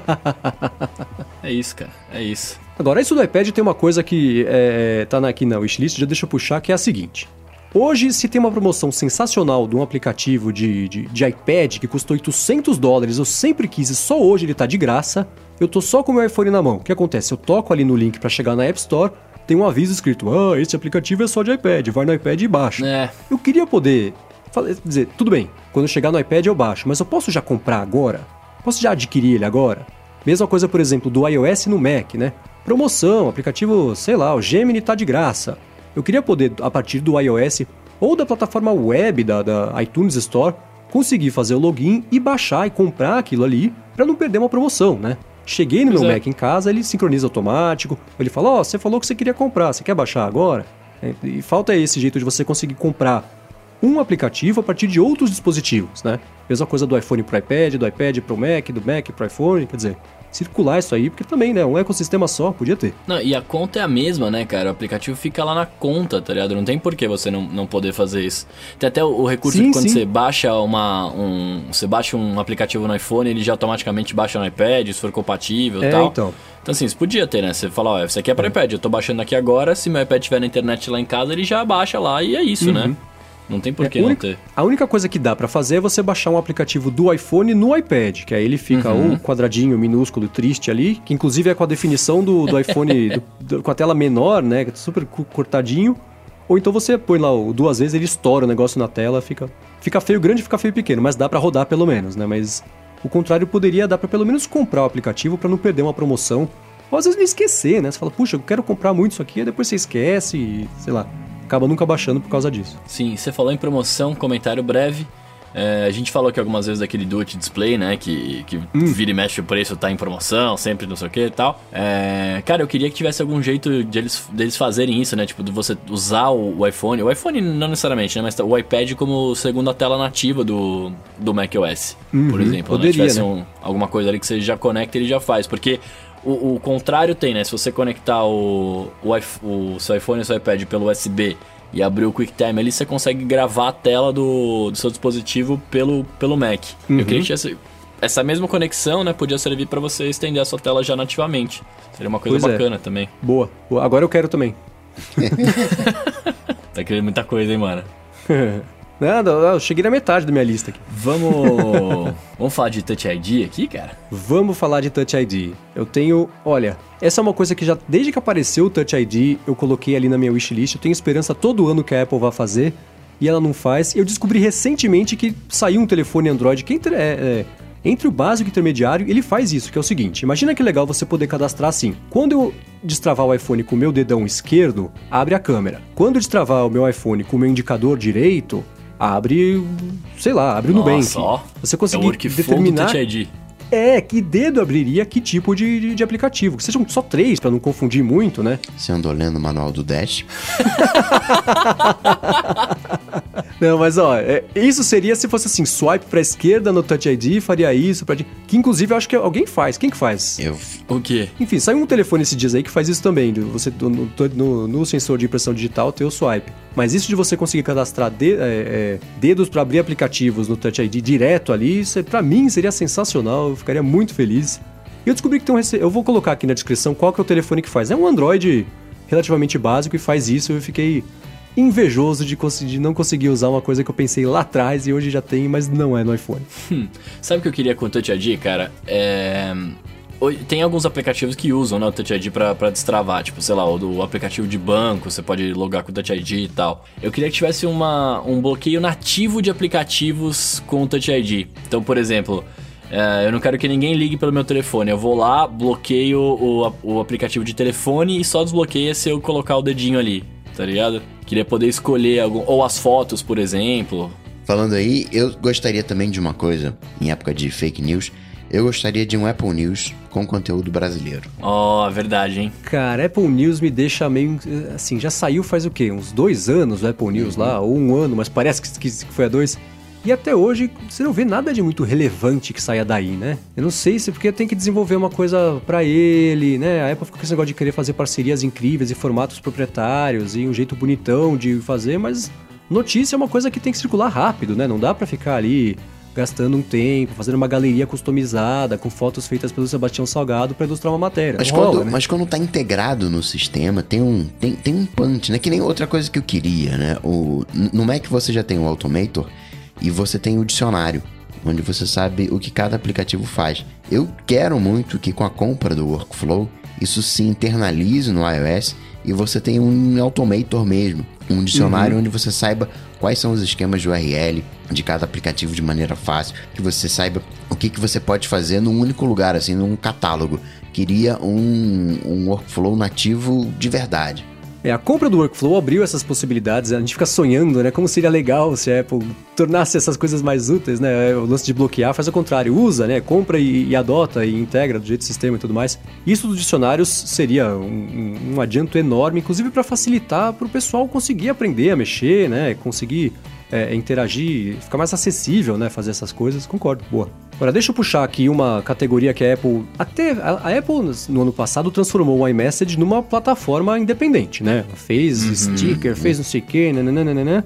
É isso, cara, é isso. Agora, isso do iPad tem uma coisa que é, tá aqui na wishlist, já deixa eu puxar, que é a seguinte. Hoje, se tem uma promoção sensacional de um aplicativo de, de, de iPad que custou oitocentos dólares, eu sempre quis e só hoje ele tá de graça, eu tô só com o meu iPhone na mão. O que acontece? Eu toco ali no link pra chegar na App Store, tem um aviso escrito, ah, esse aplicativo é só de iPad, vai no iPad e baixa. É. Eu queria poder dizer, tudo bem, quando eu chegar no iPad eu baixo, mas eu posso já comprar agora? Posso já adquirir ele agora? Mesma coisa, por exemplo, do iOS no Mac, né? Promoção, aplicativo, sei lá, o Gemini tá de graça. Eu queria poder, a partir do iOS ou da plataforma web da, da iTunes Store, conseguir fazer o login e baixar e comprar aquilo ali para não perder uma promoção, né? Cheguei no Pois meu é. Mac em casa, ele sincroniza automático, ele fala, ó, oh, você falou que você queria comprar, você quer baixar agora? E falta esse jeito de você conseguir comprar um aplicativo a partir de outros dispositivos, né? Mesma coisa do iPhone pro iPad, do iPad pro Mac, do Mac pro iPhone, quer dizer, circular isso aí, porque também, né, um ecossistema só, podia ter. Não, e a conta é a mesma, né, cara? O aplicativo fica lá na conta, tá ligado? Não tem por que você não, não poder fazer isso. Tem até o, o recurso Sim, que quando sim. você baixa uma, um... Você baixa um aplicativo no iPhone, ele já automaticamente baixa no iPad, se for compatível e É, tal. então. Então assim, isso podia ter, né? Você fala, ó, isso aqui é para iPad, eu tô baixando aqui agora, se meu iPad tiver na internet lá em casa, ele já baixa lá e é isso, Uhum. né? Não tem por É, que a não única- ter. A única coisa que dá pra fazer é você baixar um aplicativo do iPhone no iPad, que aí ele fica Uhum. um quadradinho minúsculo triste ali, que inclusive é com a definição do, do iPhone do- do- com a tela menor, né, super cu- cortadinho. Ou então você põe lá o duas vezes, ele estoura o negócio na tela, fica fica feio grande, fica feio pequeno, mas dá pra rodar pelo menos, né? Mas o contrário poderia dar pra pelo menos comprar o aplicativo pra não perder uma promoção. Ou às vezes não esquecer, né? Você fala, puxa, eu quero comprar muito isso aqui, aí depois você esquece e, sei lá, acaba nunca baixando por causa disso. Sim, você falou em promoção, comentário breve. É, a gente falou aqui algumas vezes daquele Do It Display, né? Que, que vira e mexe o preço, tá em promoção, sempre não sei o que e tal. É, cara, eu queria que tivesse algum jeito de eles, deles fazerem isso, né? Tipo, de você usar o, o iPhone. O iPhone não necessariamente, né? Mas o iPad como segunda tela nativa do, do macOS, Uhum, por exemplo. poderia, né? Tivesse né? um, alguma coisa ali que você já conecta, ele já faz. Porque o, o contrário tem, né? Se você conectar o, o, iPh- o seu iPhone e o seu iPad pelo U S B e abrir o QuickTime ali, você consegue gravar a tela do, do seu dispositivo pelo, pelo Mac. Uhum. Eu queria que tivesse... Essa mesma conexão, né, podia servir para você estender a sua tela já nativamente. Seria uma coisa Pois é. bacana também. Boa. Boa. Agora eu quero também. Tá querendo muita coisa, hein, mano? Nada, eu cheguei na metade da minha lista aqui. Vamos... Vamos falar de Touch I D aqui, cara? Vamos falar de Touch I D. Eu tenho... Olha, essa é uma coisa que já... Desde que apareceu o Touch I D, eu coloquei ali na minha wishlist. Eu tenho esperança todo ano que a Apple vai fazer. E ela não faz. Eu descobri recentemente que saiu um telefone Android que entre, é, é, entre o básico e o intermediário, ele faz isso, que é o seguinte. Imagina que legal você poder cadastrar assim. Quando eu destravar o iPhone com o meu dedão esquerdo, abre a câmera. Quando eu destravar o meu iPhone com o meu indicador direito, abre, sei lá, abre o Nubank. Nossa, ó. Você É o conseguir workflow do determinar... Touch I D. É, que dedo abriria que tipo de, de, de aplicativo. Que sejam só três, pra não confundir muito, né? Você andou lendo o manual do Dash? Não, mas ó, é, isso seria se fosse assim, swipe pra esquerda no Touch I D, faria isso, pra... que inclusive eu acho que alguém faz. Quem que faz? Eu. O quê? Enfim, saiu um telefone esses dias aí que faz isso também. de Você, no, no, no sensor de impressão digital tem o swipe. Mas isso de você conseguir cadastrar de, é, é, dedos pra abrir aplicativos no Touch I D direto ali, isso é, pra mim seria sensacional, eu ficaria muito feliz. E eu descobri que tem um... rece- Eu vou colocar aqui na descrição qual que é o telefone que faz. É um Android relativamente básico e faz isso. Eu fiquei invejoso de, conseguir, de não conseguir usar uma coisa que eu pensei lá atrás e hoje já tem, mas não é no iPhone. Hum, sabe o que eu queria com o Touch I D, cara? É... oi- Tem alguns aplicativos que usam, né, o Touch I D pra, pra destravar. Tipo, sei lá, o do aplicativo de banco, você pode logar com o Touch I D e tal. Eu queria que tivesse uma, um bloqueio nativo de aplicativos com o Touch I D. Então, por exemplo... É, eu não quero que ninguém ligue pelo meu telefone. Eu vou lá, bloqueio o, o aplicativo de telefone e só desbloqueia se eu colocar o dedinho ali, tá ligado? Queria poder escolher algum... Ou as fotos, por exemplo. Falando aí, eu gostaria também de uma coisa, em época de fake news, eu gostaria de um Apple News com conteúdo brasileiro. Ó, oh, verdade, hein? Cara, Apple News me deixa meio... Assim, já saiu faz o quê? Uns dois anos o Apple News uhum. lá, ou um ano, mas parece que, que, que foi há dois. E até hoje, você não vê nada de muito relevante que saia daí, né? Eu não sei se porque tem que desenvolver uma coisa pra ele, né? A Apple fica com esse negócio de querer fazer parcerias incríveis e formatos proprietários e um jeito bonitão de fazer, mas notícia é uma coisa que tem que circular rápido, né? Não dá pra ficar ali gastando um tempo, fazendo uma galeria customizada, com fotos feitas pelo Sebastião Salgado pra ilustrar uma matéria. Mas, quando, rola, né? mas quando tá integrado no sistema, tem um, tem, tem um punch, né? Que nem outra coisa que eu queria, né? O, no Mac você já tem o Automator e você tem o dicionário, onde você sabe o que cada aplicativo faz. Eu quero muito que com a compra do Workflow, isso se internalize no iOS e você tenha um Automator mesmo, um dicionário uhum. onde você saiba quais são os esquemas de U R L de cada aplicativo de maneira fácil, que você saiba o que, que você pode fazer num único lugar, assim, num catálogo. Queria um, um Workflow nativo de verdade. É, a compra do Workflow abriu essas possibilidades, a gente fica sonhando, né? Como seria legal se a Apple tornasse essas coisas mais úteis, né? O lance de bloquear faz o contrário, usa, né? Compra e, e adota e integra do jeito do sistema e tudo mais. Isso dos dicionários seria um, um adianto enorme, inclusive para facilitar para o pessoal conseguir aprender a mexer, né? Conseguir é, interagir, ficar mais acessível, né? Fazer essas coisas, concordo, boa. Agora, deixa eu puxar aqui uma categoria que a Apple... Até a, a Apple, no ano passado, transformou o iMessage numa plataforma independente, né? Fez uhum. sticker, fez não sei o quê, nananana.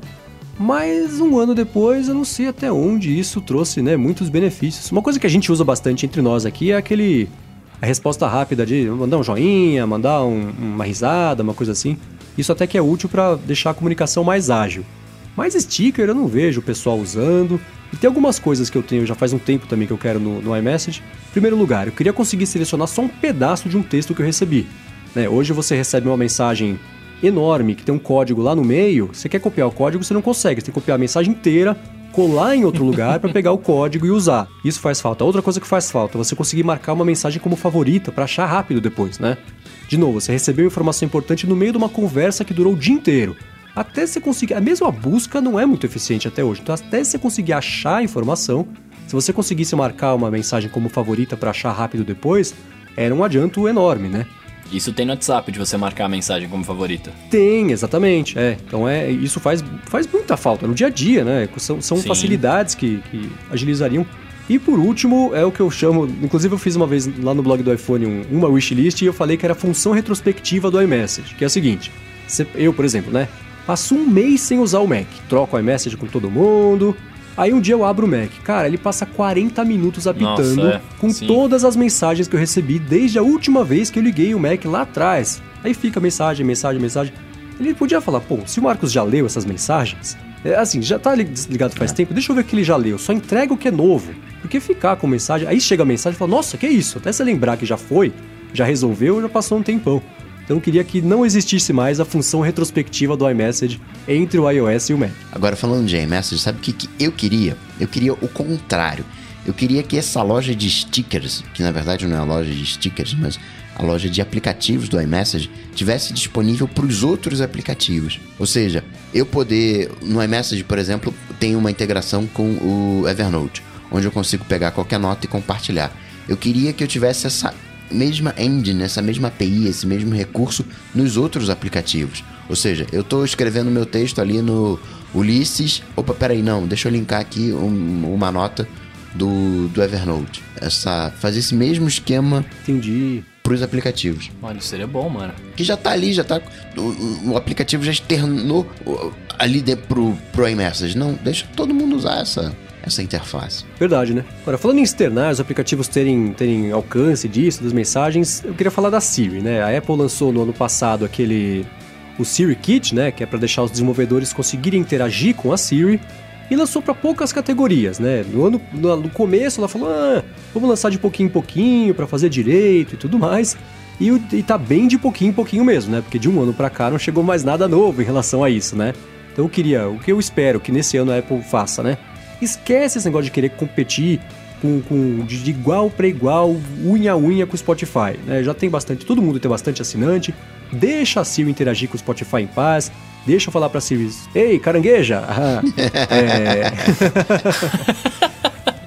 Mas um ano depois, eu não sei até onde isso trouxe, né, muitos benefícios. Uma coisa que a gente usa bastante entre nós aqui é aquele... A resposta rápida de mandar um joinha, mandar um, uma risada, uma coisa assim. Isso até que é útil para deixar a comunicação mais ágil. Mas sticker eu não vejo o pessoal usando... E tem algumas coisas que eu tenho já faz um tempo também que eu quero no, no iMessage. Em primeiro lugar, eu queria conseguir selecionar só um pedaço de um texto que eu recebi. Né? Hoje você recebe uma mensagem enorme que tem um código lá no meio. Você quer copiar o código, você não consegue. Você tem que copiar a mensagem inteira, colar em outro lugar para pegar o código e usar. Isso faz falta. Outra coisa que faz falta, você conseguir marcar uma mensagem como favorita para achar rápido depois, né? De novo, você recebeu informação importante no meio de uma conversa que durou o dia inteiro. Até você conseguir... Mesmo a busca não é muito eficiente até hoje. Então, até você conseguir achar a informação, se você conseguisse marcar uma mensagem como favorita para achar rápido depois, era um adianto enorme, né? Isso tem no WhatsApp, de você marcar a mensagem como favorita. Tem, exatamente. É. Então, é, isso faz, faz muita falta no dia a dia, né? São, são facilidades que, que agilizariam. E por último, é o que eu chamo... Inclusive, eu fiz uma vez lá no blog do iPhone um, uma wishlist e eu falei que era a função retrospectiva do iMessage, que é a seguinte. Você, eu, por exemplo, né? Passo um mês sem usar o Mac, troco o iMessage com todo mundo, aí um dia eu abro o Mac, cara, ele passa quarenta minutos apitando. Nossa, é. com Sim. todas as mensagens que eu recebi desde a última vez que eu liguei o Mac lá atrás. Aí fica mensagem, mensagem, mensagem. Ele podia falar, pô, se o Marcos já leu essas mensagens, é, assim, já tá desligado faz é. tempo, deixa eu ver o que ele já leu, só entrega o que é novo. Porque ficar com mensagem, aí chega a mensagem e fala, nossa, que isso? Até você lembrar que já foi, já resolveu, já passou um tempão. Então eu queria que não existisse mais a função retrospectiva do iMessage entre o iOS e o Mac. Agora, falando de iMessage, sabe o que, que eu queria? Eu queria o contrário. Eu queria que essa loja de stickers, que na verdade não é a loja de stickers, mas a loja de aplicativos do iMessage, tivesse disponível para os outros aplicativos. Ou seja, eu poder, no iMessage, por exemplo, tem uma integração com o Evernote, onde eu consigo pegar qualquer nota e compartilhar. Eu queria que eu tivesse essa mesma engine, essa mesma A P I, esse mesmo recurso nos outros aplicativos. Ou seja, eu estou escrevendo meu texto ali no Ulisses, opa, peraí, não, deixa eu linkar aqui um, uma nota do, do Evernote. Essa, fazer esse mesmo esquema Entendi. Para os aplicativos. Olha, isso seria bom, mano. Que já tá ali, já tá... O, o aplicativo já externou ali de, pro, pro iMessage. Não, deixa todo mundo usar essa... essa interface. Verdade, né? Agora, falando em externar, os aplicativos terem, terem alcance disso, das mensagens, eu queria falar da Siri, né? A Apple lançou no ano passado aquele... o Siri Kit, né? Que é para deixar os desenvolvedores conseguirem interagir com a Siri. E lançou para poucas categorias, né? No, ano, no, no começo ela falou, ah, vamos lançar de pouquinho em pouquinho para fazer direito e tudo mais. E, e tá bem de pouquinho em pouquinho mesmo, né? Porque de um ano para cá não chegou mais nada novo em relação a isso, né? Então eu queria, o que eu espero que nesse ano a Apple faça, né? Esquece esse negócio de querer competir com, com, de, de igual para igual, unha a unha com o Spotify, né? Já tem bastante, todo mundo tem bastante assinante. Deixa a Siri interagir com o Spotify em paz. Deixa eu falar pra Siri, ei, carangueja! Ah, é...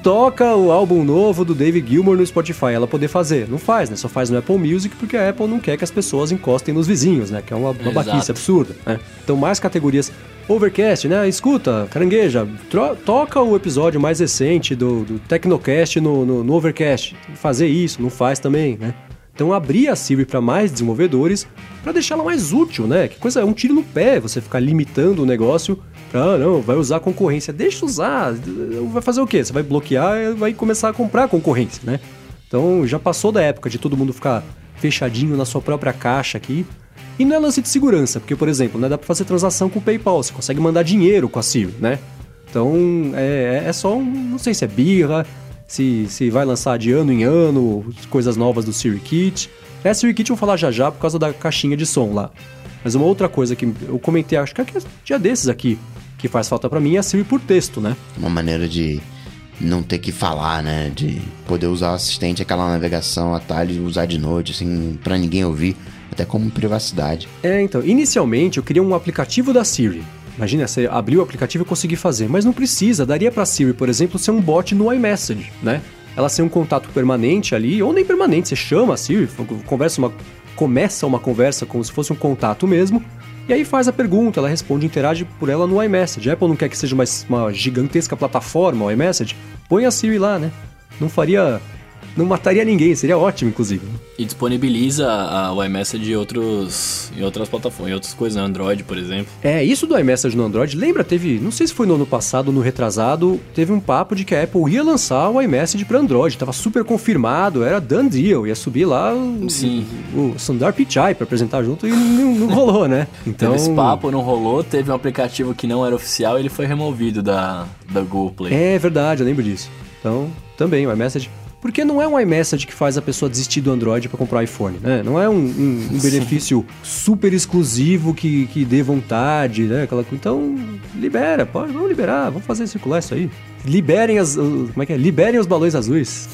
toca o álbum novo do David Gilmour no Spotify. Ela poder fazer. Não faz, né? Só faz no Apple Music porque a Apple não quer que as pessoas encostem nos vizinhos, né? Que é uma, uma baquice absurda, né? Então, mais categorias. Overcast, né? Escuta, carangueja, tro- toca o episódio mais recente do, do Tecnocast no, no, no Overcast. Fazer isso, não faz também, né? Então, abrir a Siri para mais desenvolvedores para deixá-la mais útil, né? Que coisa, é um tiro no pé você ficar limitando o negócio para, ah, não, vai usar concorrência. Deixa usar, vai fazer o quê? Você vai bloquear e vai começar a comprar concorrência, né? Então, já passou da época de todo mundo ficar fechadinho na sua própria caixa aqui. E não é lance de segurança, porque, por exemplo, né, dá para fazer transação com o PayPal, você consegue mandar dinheiro com a Siri, né? Então, é, é só um, não sei se é birra, se, se vai lançar de ano em ano, coisas novas do SiriKit. É, SiriKit eu vou falar já já por causa da caixinha de som lá. Mas uma outra coisa que eu comentei, acho que é dia desses aqui, que faz falta pra mim é a Siri por texto, né? Uma maneira de não ter que falar, né? De poder usar o assistente, aquela navegação, atalho, usar de noite, assim, pra ninguém ouvir, até como privacidade. É, então, inicialmente eu queria um aplicativo da Siri. Imagina, você abrir o aplicativo e conseguir fazer, mas não precisa. Daria pra Siri, por exemplo, ser um bot no iMessage, né? Ela ser um contato permanente ali, ou nem permanente, você chama a Siri, conversa uma, começa uma conversa como se fosse um contato mesmo, e aí faz a pergunta, ela responde, interage por ela no iMessage. A Apple não quer que seja uma, uma gigantesca plataforma o iMessage, põe a Siri lá, né? Não faria... Não mataria ninguém, seria ótimo, inclusive. E disponibiliza a, o iMessage em, outros, em outras plataformas, em outras coisas, no Android, por exemplo. É, isso do iMessage no Android, lembra, teve, não sei se foi no ano passado ou no retrasado, teve um papo de que a Apple ia lançar o iMessage para Android, tava super confirmado, era done deal, ia subir lá o, Sim. o, o Sundar Pichai para apresentar junto e não, não rolou, né? Então... Teve esse papo, não rolou, teve um aplicativo que não era oficial e ele foi removido da, da Google Play. É verdade, eu lembro disso. Então, também, o iMessage... Porque não é um iMessage que faz a pessoa desistir do Android para comprar o iPhone, né? Não é um, um, um benefício super exclusivo que, que dê vontade, né? Aquela, então, libera, pode, vamos liberar, vamos fazer circular isso aí. Liberem as... Como é que é? Liberem os balões azuis.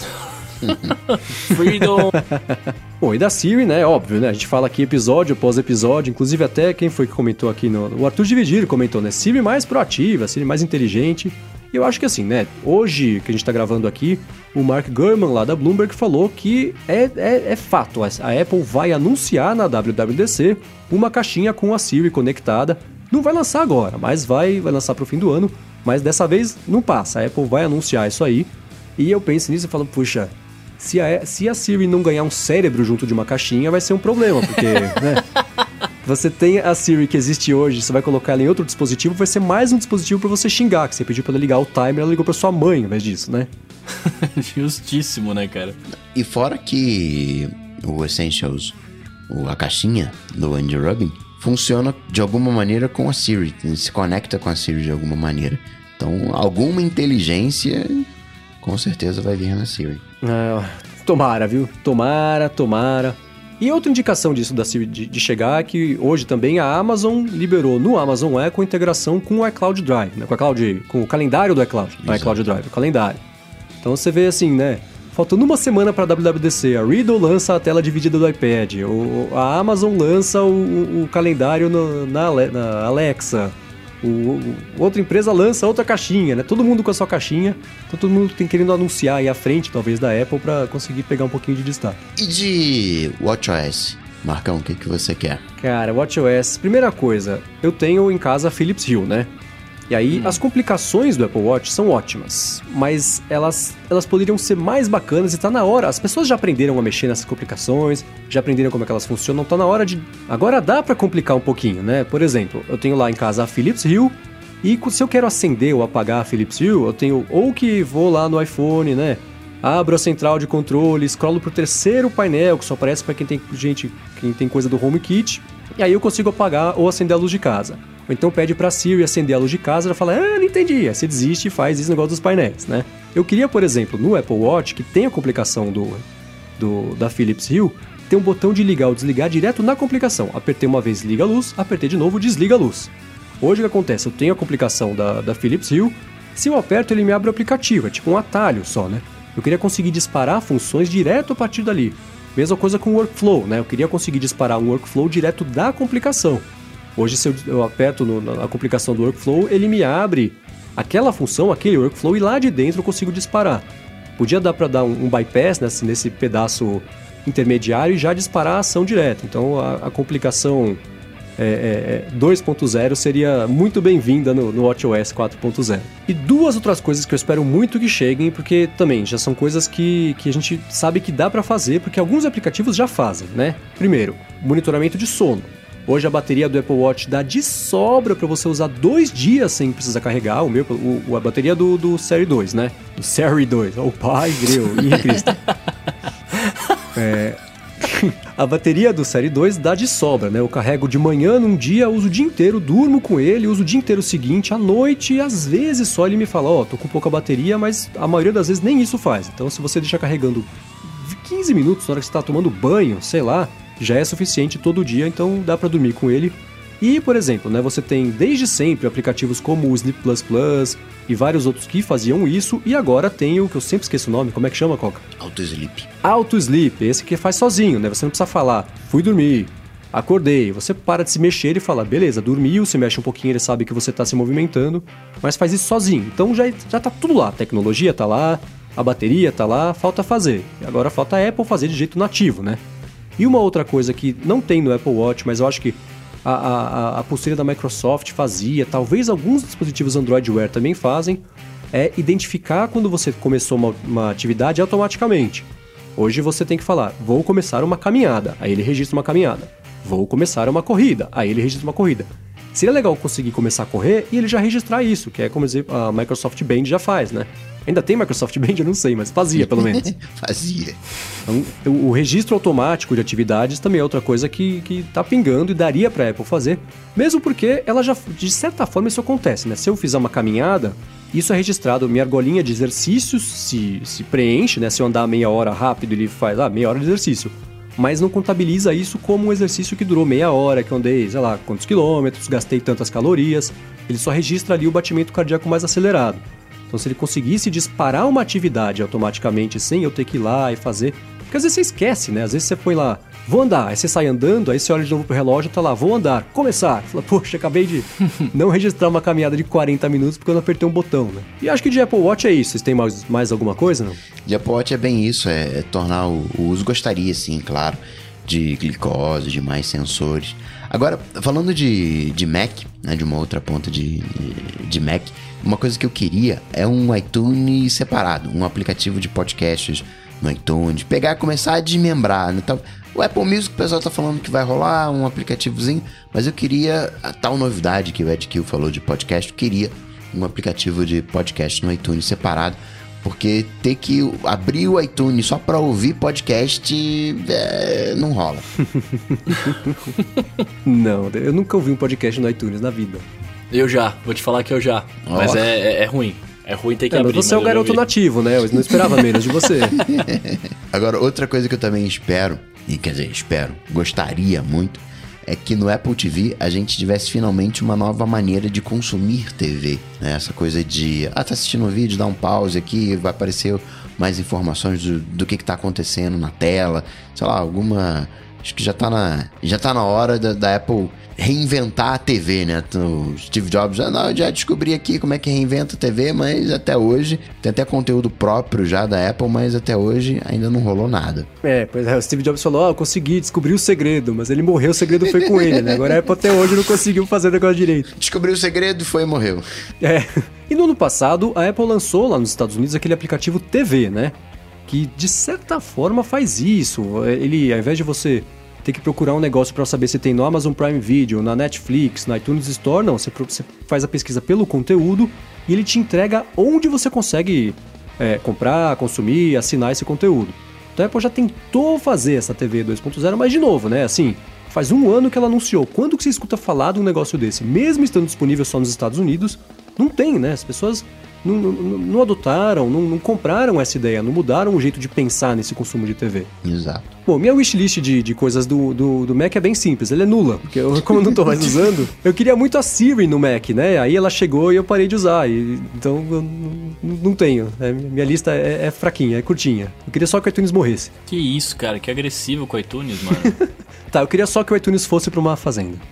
Freedom! Bom, e da Siri, né? Óbvio, né? A gente fala aqui episódio após episódio, inclusive até quem foi que comentou aqui no... O Arthur Dividir comentou, né? Siri mais proativa, Siri mais inteligente... E eu acho que assim, né, hoje que a gente tá gravando aqui, o Mark Gurman lá da Bloomberg falou que é, é, é fato, a Apple vai anunciar na W W D C uma caixinha com a Siri conectada. Não vai lançar agora, mas vai, vai lançar pro fim do ano, mas dessa vez não passa, a Apple vai anunciar isso aí. E eu penso nisso e falo, puxa, se a, se a Siri não ganhar um cérebro junto de uma caixinha, vai ser um problema, porque, né... Você tem a Siri que existe hoje, você vai colocar ela em outro dispositivo, vai ser mais um dispositivo pra você xingar, que você pediu pra ela ligar o timer, ela ligou pra sua mãe ao invés disso, né? Justíssimo, né, cara? E fora que o Essentials, a caixinha do Andy Rubin, funciona de alguma maneira com a Siri, se conecta com a Siri de alguma maneira. Então, alguma inteligência com certeza vai vir na Siri. É, tomara, viu? Tomara, tomara... E outra indicação disso da Siri de, de chegar é que hoje também a Amazon liberou no Amazon Echo a integração com o iCloud Drive, né? com, a Cloud, com o calendário do iCloud, não iCloud Drive, o calendário. Então você vê assim, né? Faltando uma semana para a W W D C, a Riddle lança a tela dividida do iPad, o, a Amazon lança o, o calendário no, na, na Alexa, o, o, outra empresa lança outra caixinha, né? Todo mundo com a sua caixinha, então todo mundo tem querendo anunciar aí à frente, talvez, da Apple para conseguir pegar um pouquinho de destaque. E de WatchOS? Marcão, o que, que você quer? Cara, WatchOS, primeira coisa, eu tenho em casa a Philips Hue, né? E aí, hum. as complicações do Apple Watch são ótimas, mas elas, elas poderiam ser mais bacanas e tá na hora. As pessoas já aprenderam a mexer nessas complicações, já aprenderam como é que elas funcionam, tá na hora de... Agora dá pra complicar um pouquinho, né? Por exemplo, eu tenho lá em casa a Philips Hue, e se eu quero acender ou apagar a Philips Hue, eu tenho ou que vou lá no iPhone, né? Abro a central de controle, scrollo pro terceiro painel, que só aparece pra quem tem gente, quem tem coisa do HomeKit, e aí eu consigo apagar ou acender a luz de casa. Ou então pede pra Siri acender a luz de casa e ela fala, ah, não entendi. Aí você desiste e faz esse negócio dos painéis, né? Eu queria, por exemplo, no Apple Watch, que tem a complicação do, do, da Philips Hue, ter um botão de ligar ou desligar direto na complicação. Apertei uma vez, liga a luz, apertei de novo, desliga a luz. Hoje o que acontece? Eu tenho a complicação da, da Philips Hue, se eu aperto ele me abre o aplicativo, é tipo um atalho só, né? Eu queria conseguir disparar funções direto a partir dali. Mesma coisa com o workflow, né? Eu queria conseguir disparar um workflow direto da complicação. Hoje, se eu, eu aperto no, na complicação do workflow, ele me abre aquela função, aquele workflow, e lá de dentro eu consigo disparar. Podia dar para dar um, um bypass nesse, nesse pedaço intermediário e já disparar a ação direto. Então a, a complicação é, é, dois ponto zero seria muito bem-vinda no, no WatchOS quatro ponto zero. E duas outras coisas que eu espero muito que cheguem, porque também já são coisas que, que a gente sabe que dá para fazer, porque alguns aplicativos já fazem, né? Primeiro, monitoramento de sono. Hoje a bateria do Apple Watch dá de sobra para você usar dois dias sem precisar carregar. O meu, o, a bateria do, do Série dois, né? Do Série dois. O pai, greu, e Cristo. É, a bateria do Série dois dá de sobra, né? Eu carrego de manhã num dia, uso o dia inteiro, durmo com ele, uso o dia inteiro seguinte, à noite, e às vezes só ele me fala, ó, oh, tô com pouca bateria, mas a maioria das vezes nem isso faz. Então se você deixar carregando quinze minutos na hora que você tá tomando banho, sei lá, já é suficiente todo dia, então dá para dormir com ele. E, por exemplo, né, você tem desde sempre aplicativos como o Sleep Plus Plus e vários outros que faziam isso, e agora tem o que eu sempre esqueço o nome, como é que chama, Coca? Auto Sleep. Auto Sleep, esse que faz sozinho, né? Você não precisa falar, fui dormir, acordei, você para de se mexer e fala, beleza, dormiu, se mexe um pouquinho, ele sabe que você está se movimentando, mas faz isso sozinho. Então já, já tá tudo lá, a tecnologia tá lá, a bateria tá lá, falta fazer. E agora falta a Apple fazer de jeito nativo, né? E uma outra coisa que não tem no Apple Watch, mas eu acho que a, a, a pulseira da Microsoft fazia, talvez alguns dispositivos Android Wear também fazem, é identificar quando você começou uma, uma atividade automaticamente. Hoje você tem que falar, vou começar uma caminhada, aí ele registra uma caminhada. Vou começar uma corrida, aí ele registra uma corrida. Seria legal conseguir começar a correr e ele já registrar isso, que é como a Microsoft Band já faz, né? Ainda tem Microsoft Band? Eu não sei, mas fazia pelo menos. Fazia. Então, o, o registro automático de atividades também é outra coisa que, que tá pingando e daria pra Apple fazer, mesmo porque ela já, de certa forma, isso acontece, né? Se eu fizer uma caminhada, isso é registrado, minha argolinha de exercícios se, se preenche, né? Se eu andar meia hora rápido, ele faz, ah, meia hora de exercício. Mas não contabiliza isso como um exercício que durou meia hora, que eu andei, sei lá, quantos quilômetros, gastei tantas calorias. Ele só registra ali o batimento cardíaco mais acelerado. Então, se ele conseguisse disparar uma atividade automaticamente, sem eu ter que ir lá e fazer... Porque às vezes você esquece, né? Às vezes você põe lá, vou andar, aí você sai andando, aí você olha de novo pro relógio, tá lá, vou andar, começar. Fala, poxa, acabei de não registrar uma caminhada de quarenta minutos porque eu não apertei um botão, né? E acho que de Apple Watch é isso. Vocês têm mais, mais alguma coisa, não? De Apple Watch é bem isso, é, é tornar o, o uso, gostaria sim, claro, de glicose, de mais sensores. Agora, falando de, de Mac, né, de uma outra ponta de, de, de Mac, uma coisa que eu queria é um iTunes separado, um aplicativo de podcasts no iTunes, pegar e começar a desmembrar, né, tal. O Apple Music, o pessoal tá falando que vai rolar um aplicativozinho, mas eu queria a tal novidade que o Ed Kill falou de podcast, eu queria um aplicativo de podcast no iTunes separado, porque ter que abrir o iTunes só pra ouvir podcast é, não rola. Não, eu nunca ouvi um podcast no iTunes na vida. Eu já, vou te falar que eu já. Oh. Mas é, é, é ruim. É ruim ter que é, abrir. Mas você mas é o garoto nativo, né? Eu não esperava menos de você. Agora, outra coisa que eu também espero, e quer dizer, espero, gostaria muito, é que no Apple T V a gente tivesse finalmente uma nova maneira de consumir T V, né? Essa coisa de, ah, tá assistindo um vídeo, dá um pause aqui, vai aparecer mais informações do, do que que tá acontecendo na tela, sei lá, alguma... Acho que já tá na, já tá na hora da, da Apple reinventar a T V, né? O Steve Jobs já, não, já descobri aqui como é que reinventa a T V, mas até hoje, tem até conteúdo próprio já da Apple, mas até hoje ainda não rolou nada. É, pois é, o Steve Jobs falou, ó, oh, eu consegui descobrir o segredo, mas ele morreu, o segredo foi com ele, né? Agora a Apple até hoje não conseguiu fazer o negócio direito. Descobriu o segredo, foi e morreu. É, e no ano passado a Apple lançou lá nos Estados Unidos aquele aplicativo T V, né? Que de certa forma faz isso. Ele, ao invés de você ter que procurar um negócio para saber se tem no Amazon Prime Video, na Netflix, na iTunes Store, não, você, você faz a pesquisa pelo conteúdo e ele te entrega onde você consegue é, comprar, consumir, assinar esse conteúdo. Então a Apple já tentou fazer essa T V dois ponto zero, mas de novo, né, assim, faz um ano que ela anunciou. Quando que você escuta falar de um negócio desse? Mesmo estando disponível só nos Estados Unidos, não tem, né, as pessoas... Não, não, não adotaram, não, não compraram essa ideia, não mudaram o jeito de pensar nesse consumo de T V. Exato. Bom, minha wishlist de, de coisas do, do, do Mac é bem simples, ela é nula, porque eu, como eu não tô mais usando, eu queria muito a Siri no Mac, né? Aí ela chegou e eu parei de usar, e, então eu não, não tenho. Né? Minha lista é, é fraquinha, é curtinha. Eu queria só que o iTunes morresse. Que isso, cara, que agressivo com o iTunes, mano. Tá, eu queria só que o iTunes fosse pra uma fazenda.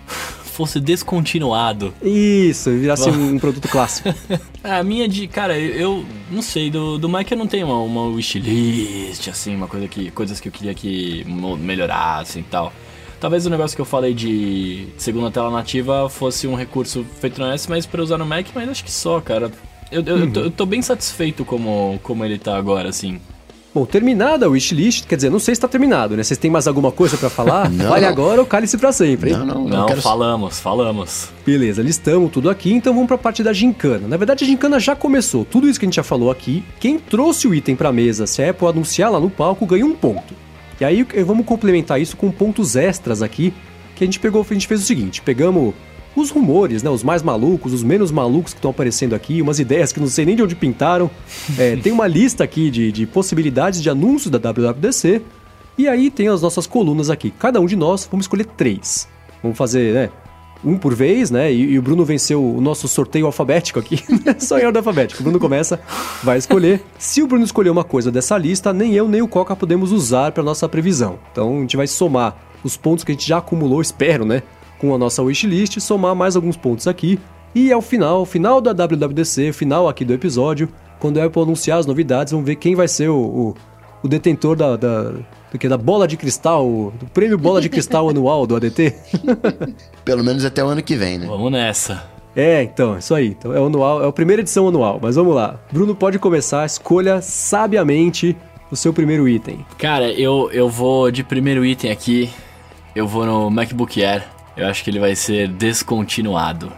fosse descontinuado. Isso, virasse um produto clássico. A minha de... Cara, eu, eu não sei, do, do Mac eu não tenho uma, uma wishlist, assim, uma coisa que... Coisas que eu queria que melhorassem e tal. Talvez o negócio que eu falei de segunda tela nativa fosse um recurso feito no iOS, mas pra usar no Mac, mas acho que só, cara. Eu, eu, uhum. eu, tô, eu tô bem satisfeito como, como ele tá agora, assim. Bom, terminada a wishlist, quer dizer, não sei se tá terminado, né? Vocês têm mais alguma coisa pra falar? Não. Vale agora ou cale-se pra sempre, hein? Não, não, não. Não, quero... falamos, falamos. Beleza, listamos tudo aqui, então vamos pra parte da gincana. Na verdade, a gincana já começou. Tudo isso que a gente já falou aqui, quem trouxe o item pra mesa, se a Apple anunciar lá no palco, ganha um ponto. E aí, vamos complementar isso com pontos extras aqui, que a gente pegou, a gente fez o seguinte, pegamos os rumores, né, os mais malucos, os menos malucos que estão aparecendo aqui, umas ideias que não sei nem de onde pintaram. É, tem uma lista aqui de, de possibilidades de anúncios da W W D C, e aí tem as nossas colunas aqui. Cada um de nós, vamos escolher três. Vamos fazer, né, um por vez, né, e, e o Bruno venceu o nosso sorteio alfabético aqui, só em ordem alfabética. O Bruno começa, vai escolher. Se o Bruno escolher uma coisa dessa lista, nem eu nem o Coca podemos usar para nossa previsão. Então a gente vai somar os pontos que a gente já acumulou, espero, né, com a nossa wishlist, somar mais alguns pontos aqui, e ao final, final da W W D C, final aqui do episódio, quando a Apple anunciar as novidades, vamos ver quem vai ser o, o, o detentor da, da, do que, da bola de cristal, do prêmio bola de cristal anual do A D T. Pelo menos até o ano que vem, né? Vamos nessa. É, então, isso aí. Então, é, anual, é a primeira edição anual, mas vamos lá. Bruno, pode começar, escolha sabiamente o seu primeiro item. Cara, eu, eu vou de primeiro item aqui, eu vou no MacBook Air. Eu acho que ele vai ser descontinuado.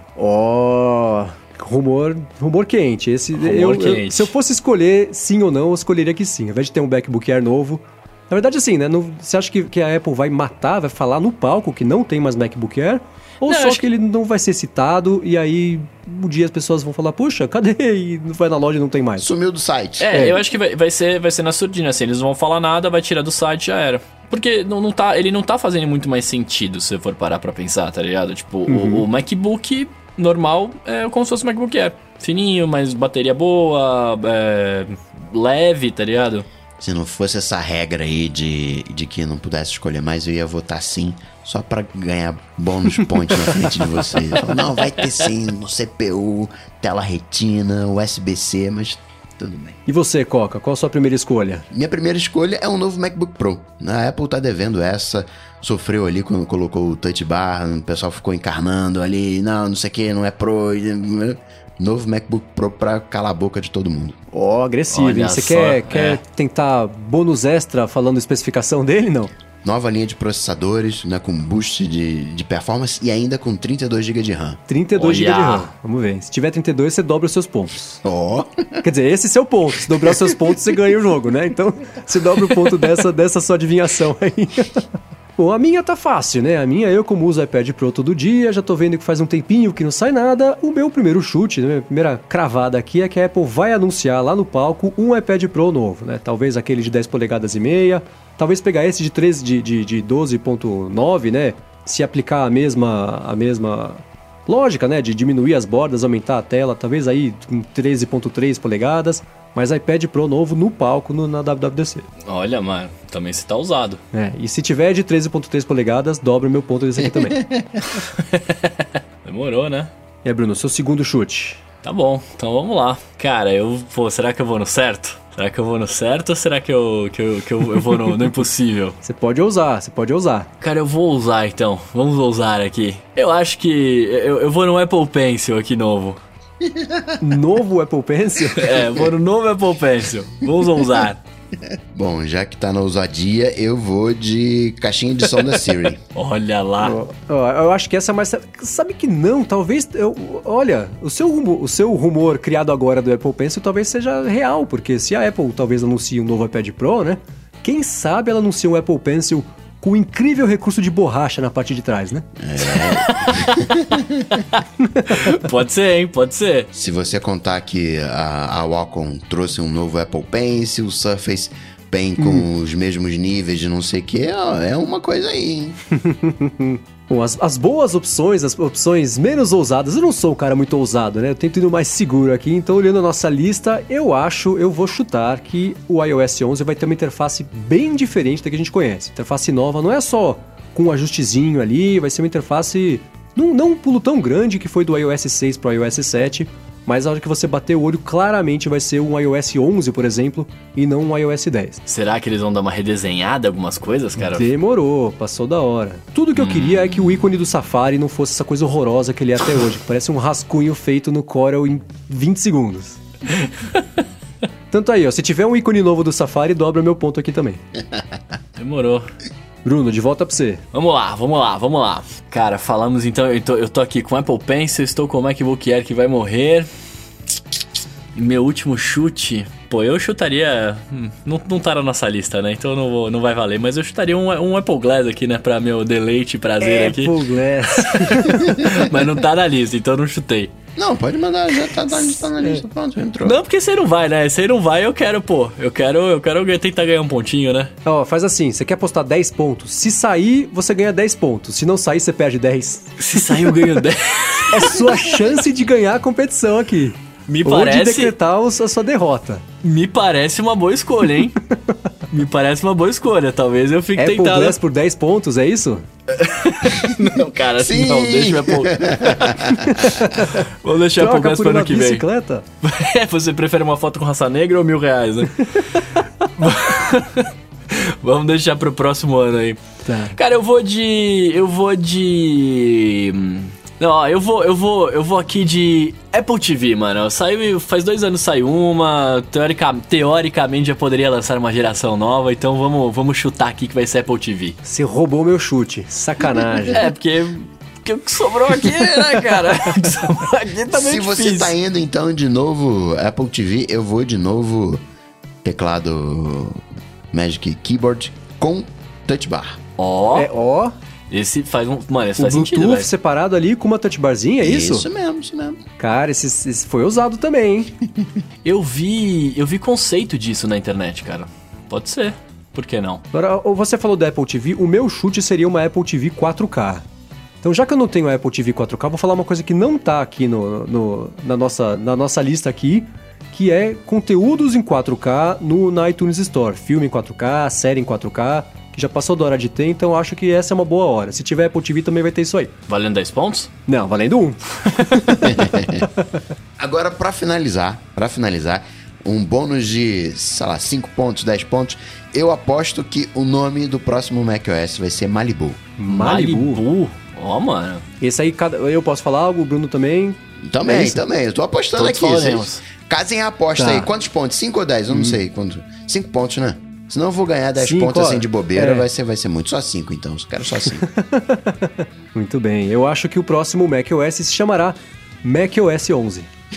Ó, oh, rumor, rumor quente. Esse, rumor eu, quente. Eu, se eu fosse escolher sim ou não, eu escolheria que sim. Ao invés de ter um MacBook Air novo. Na verdade, assim, né? No, você acha que, que a Apple vai matar, vai falar no palco que não tem mais MacBook Air? Ou não, só que, que ele não vai ser citado e aí um dia as pessoas vão falar, puxa, cadê? E vai na loja e não tem mais. Sumiu do site. É, é. eu acho que vai, vai, ser, vai ser na surdina, assim. Eles não vão falar nada, vai tirar do site, já era. Porque não, não tá, ele não tá fazendo muito mais sentido, se você for parar pra pensar, tá ligado? Tipo, uhum. o, o MacBook normal é como se fosse o MacBook Air. Fininho, mas bateria boa, é, leve, tá ligado? Se não fosse essa regra aí de, de que não pudesse escolher mais, eu ia votar sim, só pra ganhar bônus points na frente de vocês. Não, vai ter sim, no C P U, tela retina, U S B C, mas... tudo bem. E você, Coca, qual a sua primeira escolha? Minha primeira escolha é um novo MacBook Pro. A Apple tá devendo essa, sofreu ali quando colocou o Touch Bar, o pessoal ficou encarnando ali, não, não sei o que, não é Pro. Novo MacBook Pro pra calar a boca de todo mundo. Ó, oh, agressivo, hein? Você quer, é. quer tentar bônus extra falando especificação dele, não? Nova linha de processadores, né, com boost de, de performance e ainda com trinta e dois gigas de RAM. trinta e dois gigas de RAM, vamos ver. Se tiver trinta e dois, você dobra os seus pontos. Ó. Oh. Quer dizer, esse é seu ponto. Se dobrar os seus pontos, você ganha o jogo, né? Então, você dobra o ponto dessa, dessa sua adivinhação aí. Bom, a minha tá fácil, né? A minha, eu como uso o iPad Pro todo dia, já tô vendo que faz um tempinho que não sai nada. O meu primeiro chute, né, minha primeira cravada aqui é que a Apple vai anunciar lá no palco um iPad Pro novo, né? Talvez aquele de dez polegadas e meia, talvez pegar esse de, treze, de, de, de doze ponto nove, né? Se aplicar a mesma, a mesma lógica, né? De diminuir as bordas, aumentar a tela, talvez aí com treze ponto três polegadas. Mas iPad Pro novo no palco no, na W W D C. Olha, mano, também você tá usado. É, e se tiver de treze ponto três polegadas, dobra o meu ponto desse aqui também. Demorou, né? E aí, Bruno, seu segundo chute. Tá bom, então vamos lá. Cara, eu... Pô, será que eu vou no certo? Será que eu vou no certo ou será que eu, que eu, que eu, eu vou no, no impossível? Você pode ousar, você pode ousar. Cara, eu vou ousar então. Vamos ousar aqui. Eu acho que... Eu, eu vou no Apple Pencil aqui novo. Novo Apple Pencil? É, vou no novo Apple Pencil. Vamos ousar. Bom, já que tá na ousadia, eu vou de caixinha de som da Siri. Olha lá. Eu, eu acho que essa é mais... Sabe que não, talvez... Eu, olha, o seu, rumor, o seu rumor criado agora do Apple Pencil talvez seja real, porque se a Apple talvez anuncie um novo iPad Pro, né? Quem sabe ela anuncia um Apple Pencil com um incrível recurso de borracha na parte de trás, né? É. Pode ser, hein? Pode ser. Se você contar que a, a Wacom trouxe um novo Apple Pencil, o Surface Pen com hum. os mesmos níveis de não sei o que, é uma coisa aí, hein? Bom, as, as boas opções, as opções menos ousadas, eu não sou um cara muito ousado, né? Eu tento ir no mais seguro aqui, então olhando a nossa lista, eu acho, eu vou chutar que o iOS onze vai ter uma interface bem diferente da que a gente conhece. Interface nova não é só com um ajustezinho ali, vai ser uma interface Não, não um pulo tão grande que foi do iOS seis para o iOS sete, mas a hora que você bater o olho, claramente vai ser um iOS onze, por exemplo, e não um iOS dez. Será que eles vão dar uma redesenhada em algumas coisas, cara? Demorou, passou da hora. Tudo que eu hum. queria é que o ícone do Safari não fosse essa coisa horrorosa que ele é até hoje, que parece um rascunho feito no Corel em vinte segundos. Tanto aí, ó, se tiver um ícone novo do Safari, dobra meu ponto aqui também. Demorou. Bruno, de volta pra você. Vamos lá, vamos lá, vamos lá. Cara, falamos então, eu tô, eu tô aqui com o Apple Pencil, estou com o MacBook Air que vai morrer. E meu último chute... Pô, eu chutaria... Hum, não, não tá na nossa lista, né? Então não, vou, não vai valer. Mas eu chutaria um, um Apple Glass aqui, né? Pra meu deleite e prazer Apple aqui. Apple Glass. Mas não tá na lista, então não chutei. Não, pode mandar, já tá, tá, tá na lista, pronto, entrou. Não, porque você não vai, né? Você não vai, eu quero, pô. Eu quero, eu quero tentar ganhar um pontinho, né? Ó, faz assim, você quer apostar dez pontos. Se sair, você ganha dez pontos. Se não sair, você perde dez. Se sair, eu ganho dez. É sua chance de ganhar a competição aqui. Me Ou parece... de decretar a sua derrota. Me parece uma boa escolha, hein? Me parece uma boa escolha. Talvez eu fique Apple tentado... Glass por dez pontos, é isso? Não, cara, Sim. não, deixa o Apple... Vamos deixar o Apple Glass pro ano que vem. Bicicleta? É, você prefere uma foto com raça negra ou mil reais, né? Vamos deixar pro próximo ano aí. Tá. Cara, eu vou de... Eu vou de... Não, ó, eu vou, eu vou, eu vou aqui de Apple T V, mano. Saiu, faz dois anos saiu uma, teorica, teoricamente já poderia lançar uma geração nova, então vamos, vamos chutar aqui que vai ser Apple T V. Você roubou meu chute, sacanagem. É, porque, porque o que sobrou aqui, né, cara? O que sobrou aqui tá meio Se difícil. você tá indo, então, de novo Apple T V, eu vou de novo teclado Magic Keyboard com Touch Bar. Ó, É, ó... esse faz um... Mano, esse O faz Bluetooth sentido, velho. separado ali com uma touch barzinha, é isso? Isso mesmo, isso mesmo. Cara, esse, esse foi usado também, hein? Eu vi, eu vi conceito disso na internet, cara. Pode ser. Por que não? Agora, você falou da Apple T V, o meu chute seria uma Apple T V quatro K. Então, já que eu não tenho a Apple T V quatro K, vou falar uma coisa que não tá aqui no, no, na, nossa, na nossa lista aqui, que é conteúdos em quatro K no, na iTunes Store. Filme em quatro K, série em quatro K, que já passou da hora de ter, então acho que essa é uma boa hora. Se tiver Apple T V, também vai ter isso aí. Valendo dez pontos? Não, valendo um. Agora, pra finalizar, pra finalizar, um bônus de, sei lá, cinco pontos, dez pontos, eu aposto que o nome do próximo macOS vai ser Malibu. Malibu? Ó, oh, mano. Esse aí, cada, eu posso falar algo, o Bruno também. Também, É isso? também. Eu tô apostando Todos aqui. falaremos. Vocês casem a aposta Tá. aí. Quantos pontos? cinco ou dez? Eu não sei. Quanto... cinco pontos, né? Senão eu vou ganhar dez Cinco, pontos ó, assim de bobeira. é. Vai, ser, vai ser muito. Só cinco, então. Eu quero só cinco. Muito bem, eu acho que o próximo macOS se chamará macOS onze.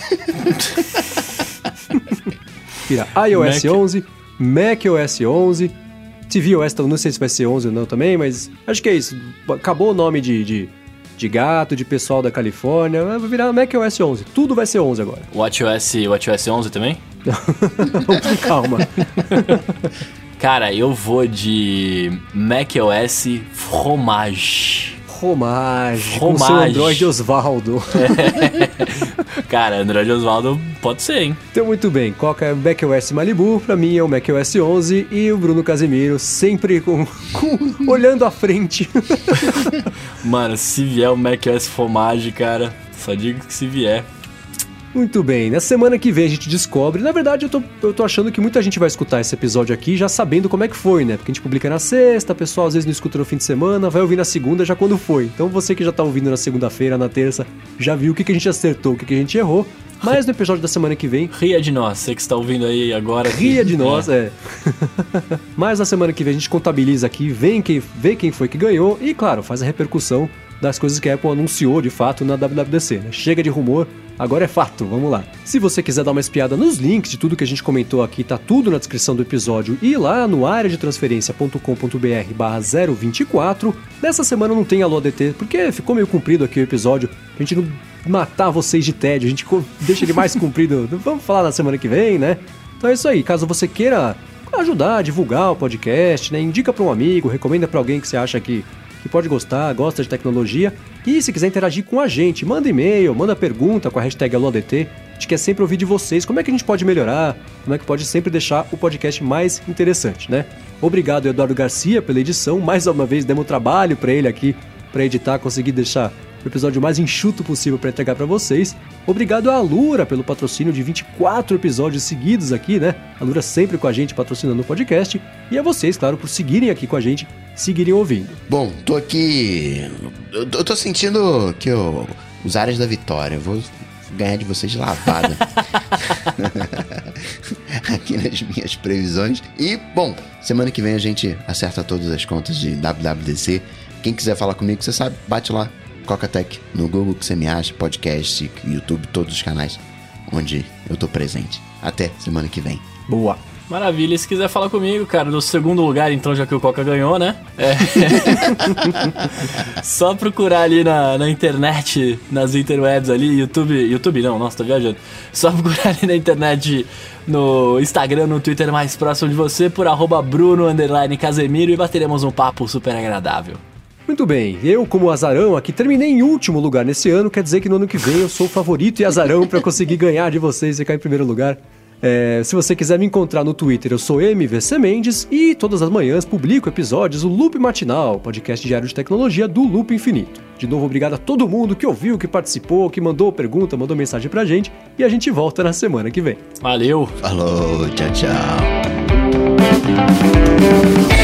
Vira iOS Mac- onze, macOS onze, tvOS, não sei se vai ser onze ou não também, mas acho que é isso. Acabou o nome de, de, de gato, de pessoal da Califórnia, vai virar macOS onze. Tudo vai ser onze agora. WatchOS, WatchOS onze também? Calma. Cara, eu vou de macOS Fromage. Fromage, com seu Fromage. Android Osvaldo. Cara, Android Osvaldo pode ser, hein? Então, muito bem, qual que é o macOS Malibu? Pra mim é o macOS onze e o Bruno Casemiro sempre com, com olhando à frente. Mano, se vier o macOS Fromage, cara, só digo que se vier. Muito bem, na semana que vem a gente descobre. Na verdade, eu tô, eu tô achando que muita gente vai escutar esse episódio aqui já sabendo como é que foi, né? Porque a gente publica na sexta, o pessoal às vezes não escuta no fim de semana, vai ouvir na segunda já quando foi. Então você que já tá ouvindo na segunda-feira, na terça, já viu o que, que a gente acertou, o que, que a gente errou. Mas no episódio da semana que vem, Ria de nós, você que está ouvindo aí agora. ria que- de nós, é. Mas na semana que vem a gente contabiliza aqui, vê quem, vê quem foi que ganhou e, claro, faz a repercussão das coisas que a Apple anunciou de fato na W W D C, né? Chega de rumor, agora é fato, vamos lá. Se você quiser dar uma espiada nos links de tudo que a gente comentou aqui, tá tudo na descrição do episódio e lá no área de transferência ponto com ponto b r barra zero vinte e quatro. Nessa semana não tem Alô A D T, porque ficou meio comprido aqui o episódio, a gente não matar vocês de tédio, a gente co- deixa ele mais comprido, vamos falar na semana que vem, né? Então é isso aí, caso você queira ajudar, divulgar o podcast, né? Indica para um amigo, recomenda para alguém que você acha que, que pode gostar, gosta de tecnologia. E se quiser interagir com a gente, manda e-mail, manda pergunta com a hashtag Alô A D T. A gente quer sempre ouvir de vocês como é que a gente pode melhorar, como é que pode sempre deixar o podcast mais interessante, né? Obrigado, Eduardo Garcia, pela edição. Mais uma vez demos trabalho para ele aqui, para editar, conseguir deixar o episódio mais enxuto possível para entregar para vocês. Obrigado à Alura pelo patrocínio de vinte e quatro episódios seguidos aqui, né? A Alura sempre com a gente patrocinando o podcast. E a vocês, claro, por seguirem aqui com a gente, seguirem ouvindo. Bom, tô aqui... Eu tô sentindo que eu... os áreas da vitória, eu vou ganhar de vocês de lavada. Aqui nas minhas previsões. E, bom, semana que vem a gente acerta todas as contas de W W D C. Quem quiser falar comigo, você sabe, bate lá, Cocatec, no Google que você me acha, podcast, YouTube, todos os canais onde eu tô presente. Até semana que vem. Boa! Maravilha, e se quiser falar comigo, cara, no segundo lugar, então, já que o Coca ganhou, né? É. Só procurar ali na, na internet, nas interwebs ali, YouTube... YouTube não, nossa, tô viajando. Só procurar ali na internet, no Instagram, no Twitter mais próximo de você, por arroba Bruno, underline Casemiro, e bateremos um papo super agradável. Muito bem, eu como azarão aqui terminei em último lugar nesse ano, quer dizer que no ano que vem eu sou o favorito e azarão para conseguir ganhar de vocês e ficar em primeiro lugar. É, se você quiser me encontrar no Twitter, eu sou M V C Mendes e todas as manhãs publico episódios do Loop Matinal, podcast diário de tecnologia do Loop Infinito. De novo, obrigado a todo mundo que ouviu, que participou, que mandou pergunta, mandou mensagem pra gente e a gente volta na semana que vem. Valeu! Falou, tchau, tchau.